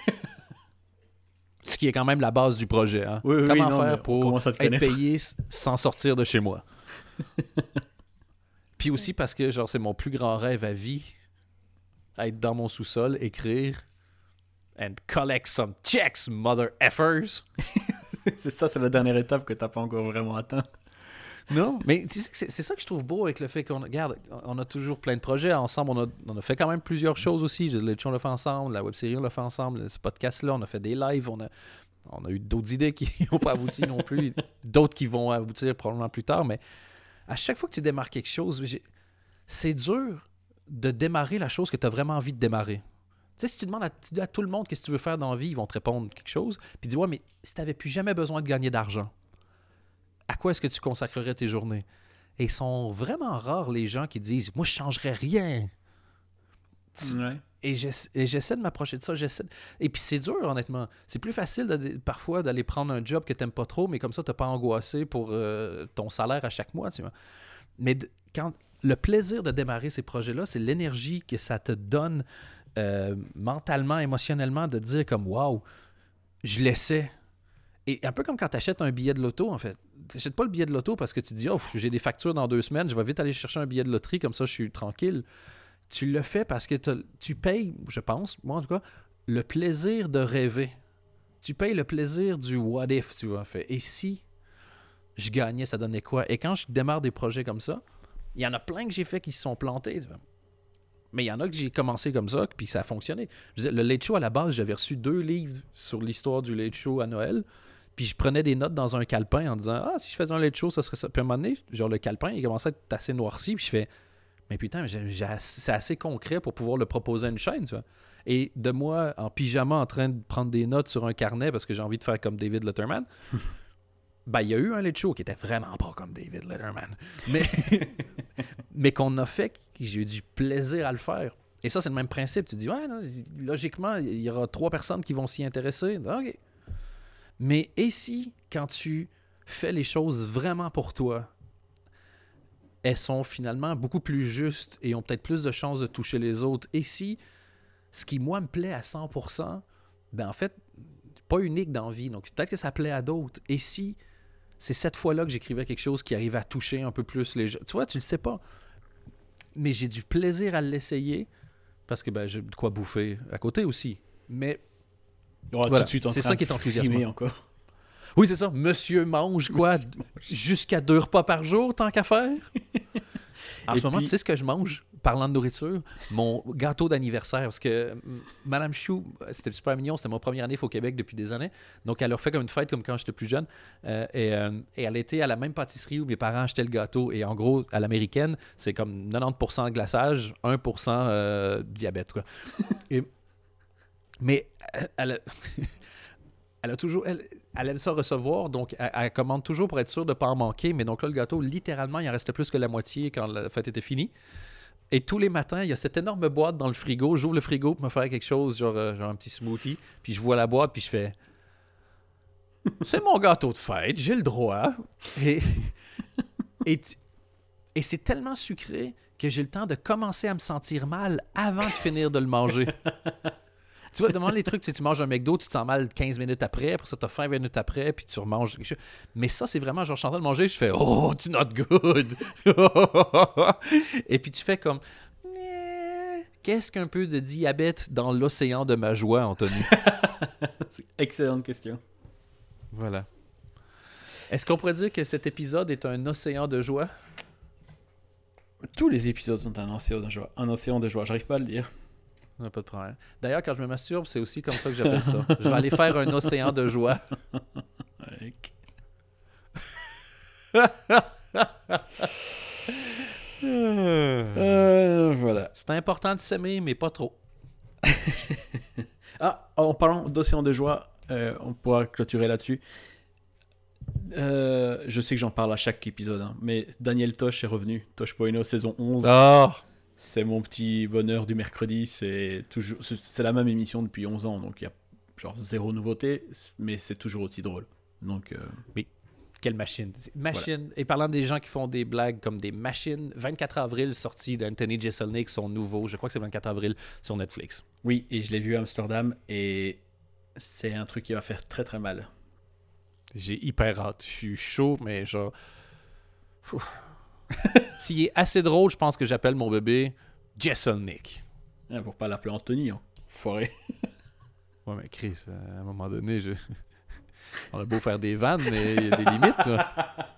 Speaker 1: Ce qui est quand même la base du projet. Hein?
Speaker 2: Oui,
Speaker 1: Comment
Speaker 2: non,
Speaker 1: faire pour être payé sans sortir de chez moi. Puis aussi parce que genre c'est mon plus grand rêve à vie, être dans mon sous-sol, écrire and collect some checks, mother effers.
Speaker 2: c'est la dernière étape que t'as pas encore vraiment atteint.
Speaker 1: Non, mais c'est ça que je trouve beau avec le fait qu'on regarde, on a toujours plein de projets ensemble, on a fait quand même plusieurs choses aussi. Le show on l'a fait ensemble, la web-série on l'a fait ensemble, ce podcast-là, on a fait des lives, on a eu d'autres idées qui n'ont pas abouti non plus, d'autres qui vont aboutir probablement plus tard, mais à chaque fois que tu démarres quelque chose, c'est dur de démarrer la chose que tu as vraiment envie de démarrer. Tu sais, si tu demandes à tout le monde qu'est-ce que tu veux faire dans la vie, ils vont te répondre quelque chose. Puis dis, ouais, mais si tu n'avais plus jamais besoin de gagner d'argent, à quoi est-ce que tu consacrerais tes journées? Et ils sont vraiment rares les gens qui disent, moi, je ne changerais rien.
Speaker 2: Ouais.
Speaker 1: Et j'essaie de m'approcher de ça. Et puis c'est dur, honnêtement. C'est plus facile parfois d'aller prendre un job que tu n'aimes pas trop, mais comme ça, tu n'as pas angoissé pour ton salaire à chaque mois. Tu vois. Mais quand le plaisir de démarrer ces projets-là, c'est l'énergie que ça te donne mentalement, émotionnellement, de dire comme « Wow, je l'essaie ». Et un peu comme quand tu achètes un billet de loto, en fait. Tu n'achètes pas le billet de loto parce que tu dis « Oh, j'ai des factures dans 2 semaines, je vais vite aller chercher un billet de loterie, comme ça je suis tranquille ». Tu le fais parce que tu payes, je pense, moi en tout cas, le plaisir de rêver. Tu payes le plaisir du « what if », tu vois. Fait. Et si je gagnais, ça donnait quoi? Et quand je démarre des projets comme ça, il y en a plein que j'ai fait qui se sont plantés, tu vois. Mais il y en a que j'ai commencé comme ça, puis ça a fonctionné. Je disais, le Late Show, à la base, j'avais reçu 2 livres sur l'histoire du Late Show à Noël, puis je prenais des notes dans un calepin en disant « Ah, si je faisais un Late Show, ça serait ça. » Puis à un moment donné, genre le calepin, il commençait à être assez noirci, puis je fais « Mais putain, c'est assez concret pour pouvoir le proposer à une chaîne, tu vois. » Et de moi, en pyjama, en train de prendre des notes sur un carnet parce que j'ai envie de faire comme David Letterman, ben, il y a eu un Late Show qui était vraiment pas comme David Letterman. Mais qu'on a fait, que j'ai eu du plaisir à le faire. Et ça, c'est le même principe. Tu dis, ouais, non, logiquement, il y aura 3 personnes qui vont s'y intéresser. OK. Mais et si, quand tu fais les choses vraiment pour toi, elles sont finalement beaucoup plus justes et ont peut-être plus de chances de toucher les autres? Et si, ce qui, moi, me plaît à 100%, ben en fait, pas unique dans la vie. Donc, peut-être que ça plaît à d'autres. Et si c'est cette fois-là que j'écrivais quelque chose qui arrive à toucher un peu plus les gens. Tu vois, tu le sais pas. Mais j'ai du plaisir à l'essayer parce que ben, j'ai de quoi bouffer à côté aussi. Mais
Speaker 2: voilà, tout de suite
Speaker 1: c'est ça qui est enthousiasmant.
Speaker 2: Encore.
Speaker 1: Oui, c'est ça. Monsieur mange quoi? Jusqu'à 2 repas par jour, tant qu'à faire? En
Speaker 2: Et
Speaker 1: ce moment,
Speaker 2: puis-
Speaker 1: tu sais ce que je mange, parlant de nourriture? Mon gâteau d'anniversaire. Parce que Madame Chou, c'était super mignon. C'était mon première année au Québec depuis des années. Donc, elle a fait comme une fête, comme quand j'étais plus jeune. Et elle était à la même pâtisserie où mes parents achetaient le gâteau. Et en gros, à l'américaine, c'est comme 90% glaçage, 1% diabète, quoi. Mais elle a... Elle a toujours, elle aime ça recevoir, donc elle commande toujours pour être sûre de ne pas en manquer. Mais donc là, le gâteau, littéralement, il en restait plus que la moitié quand la fête était finie. Et tous les matins, il y a cette énorme boîte dans le frigo. J'ouvre le frigo pour me faire quelque chose, genre un petit smoothie. Puis je vois la boîte, puis je fais... C'est mon gâteau de fête, j'ai le droit. Et, et c'est tellement sucré que j'ai le temps de commencer à me sentir mal avant de finir de le manger. Tu vois, demande les trucs, tu manges un McDo, tu te sens mal 15 minutes après, après ça, t'as faim 20 minutes après, puis tu remanges quelque chose. Mais ça, c'est vraiment, genre, je suis en train de manger, je fais « Oh, it's not good! » Et puis tu fais comme « Qu'est-ce qu'un peu de diabète dans l'océan de ma joie, Anthony? »
Speaker 2: Excellente question.
Speaker 1: Voilà. Est-ce qu'on pourrait dire que cet épisode est un océan de joie?
Speaker 2: Tous les épisodes sont un océan de joie. Un océan de joie, j'arrive pas à le dire.
Speaker 1: Non, pas de problème. D'ailleurs, quand je me masturbe, c'est aussi comme ça que j'appelle ça. Je vais aller faire un océan de joie.
Speaker 2: Avec. Voilà.
Speaker 1: C'est important de s'aimer, mais pas trop.
Speaker 2: Ah, en parlant d'océan de joie, on pourra clôturer là-dessus. Je sais que j'en parle à chaque épisode, hein, mais Daniel Tosh est revenu. Tosh Bueno, saison 11.
Speaker 1: Oh!
Speaker 2: C'est mon petit bonheur du mercredi. C'est la même émission depuis 11 ans, donc il y a genre zéro nouveauté, mais c'est toujours aussi drôle. Donc,
Speaker 1: Quelle machine. Machine. Voilà. Et parlant des gens qui font des blagues comme des machines, 24 avril, sortie d'Anthony Jeselnik, son nouveau, je crois que c'est 24 avril, sur Netflix.
Speaker 2: Oui, et je l'ai vu à Amsterdam, et c'est un truc qui va faire très très mal.
Speaker 1: J'ai hyper hâte. Je suis chaud, mais genre... S'il est assez drôle, je pense que j'appelle mon bébé Jeselnik.
Speaker 2: Ah, pour pas l'appeler Anthony, hein. Foiré.
Speaker 1: Ouais, mais Chris, à un moment donné, on a beau faire des vannes, mais il y a des limites. Là.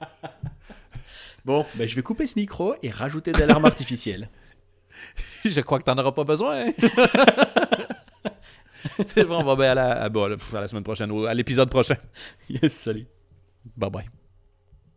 Speaker 2: Bon, ben je vais couper ce micro et rajouter des larmes artificielles.
Speaker 1: Je crois que t'en auras pas besoin. Hein? C'est bon, on va à la semaine prochaine, à l'épisode prochain.
Speaker 2: Yes, salut.
Speaker 1: Bye bye.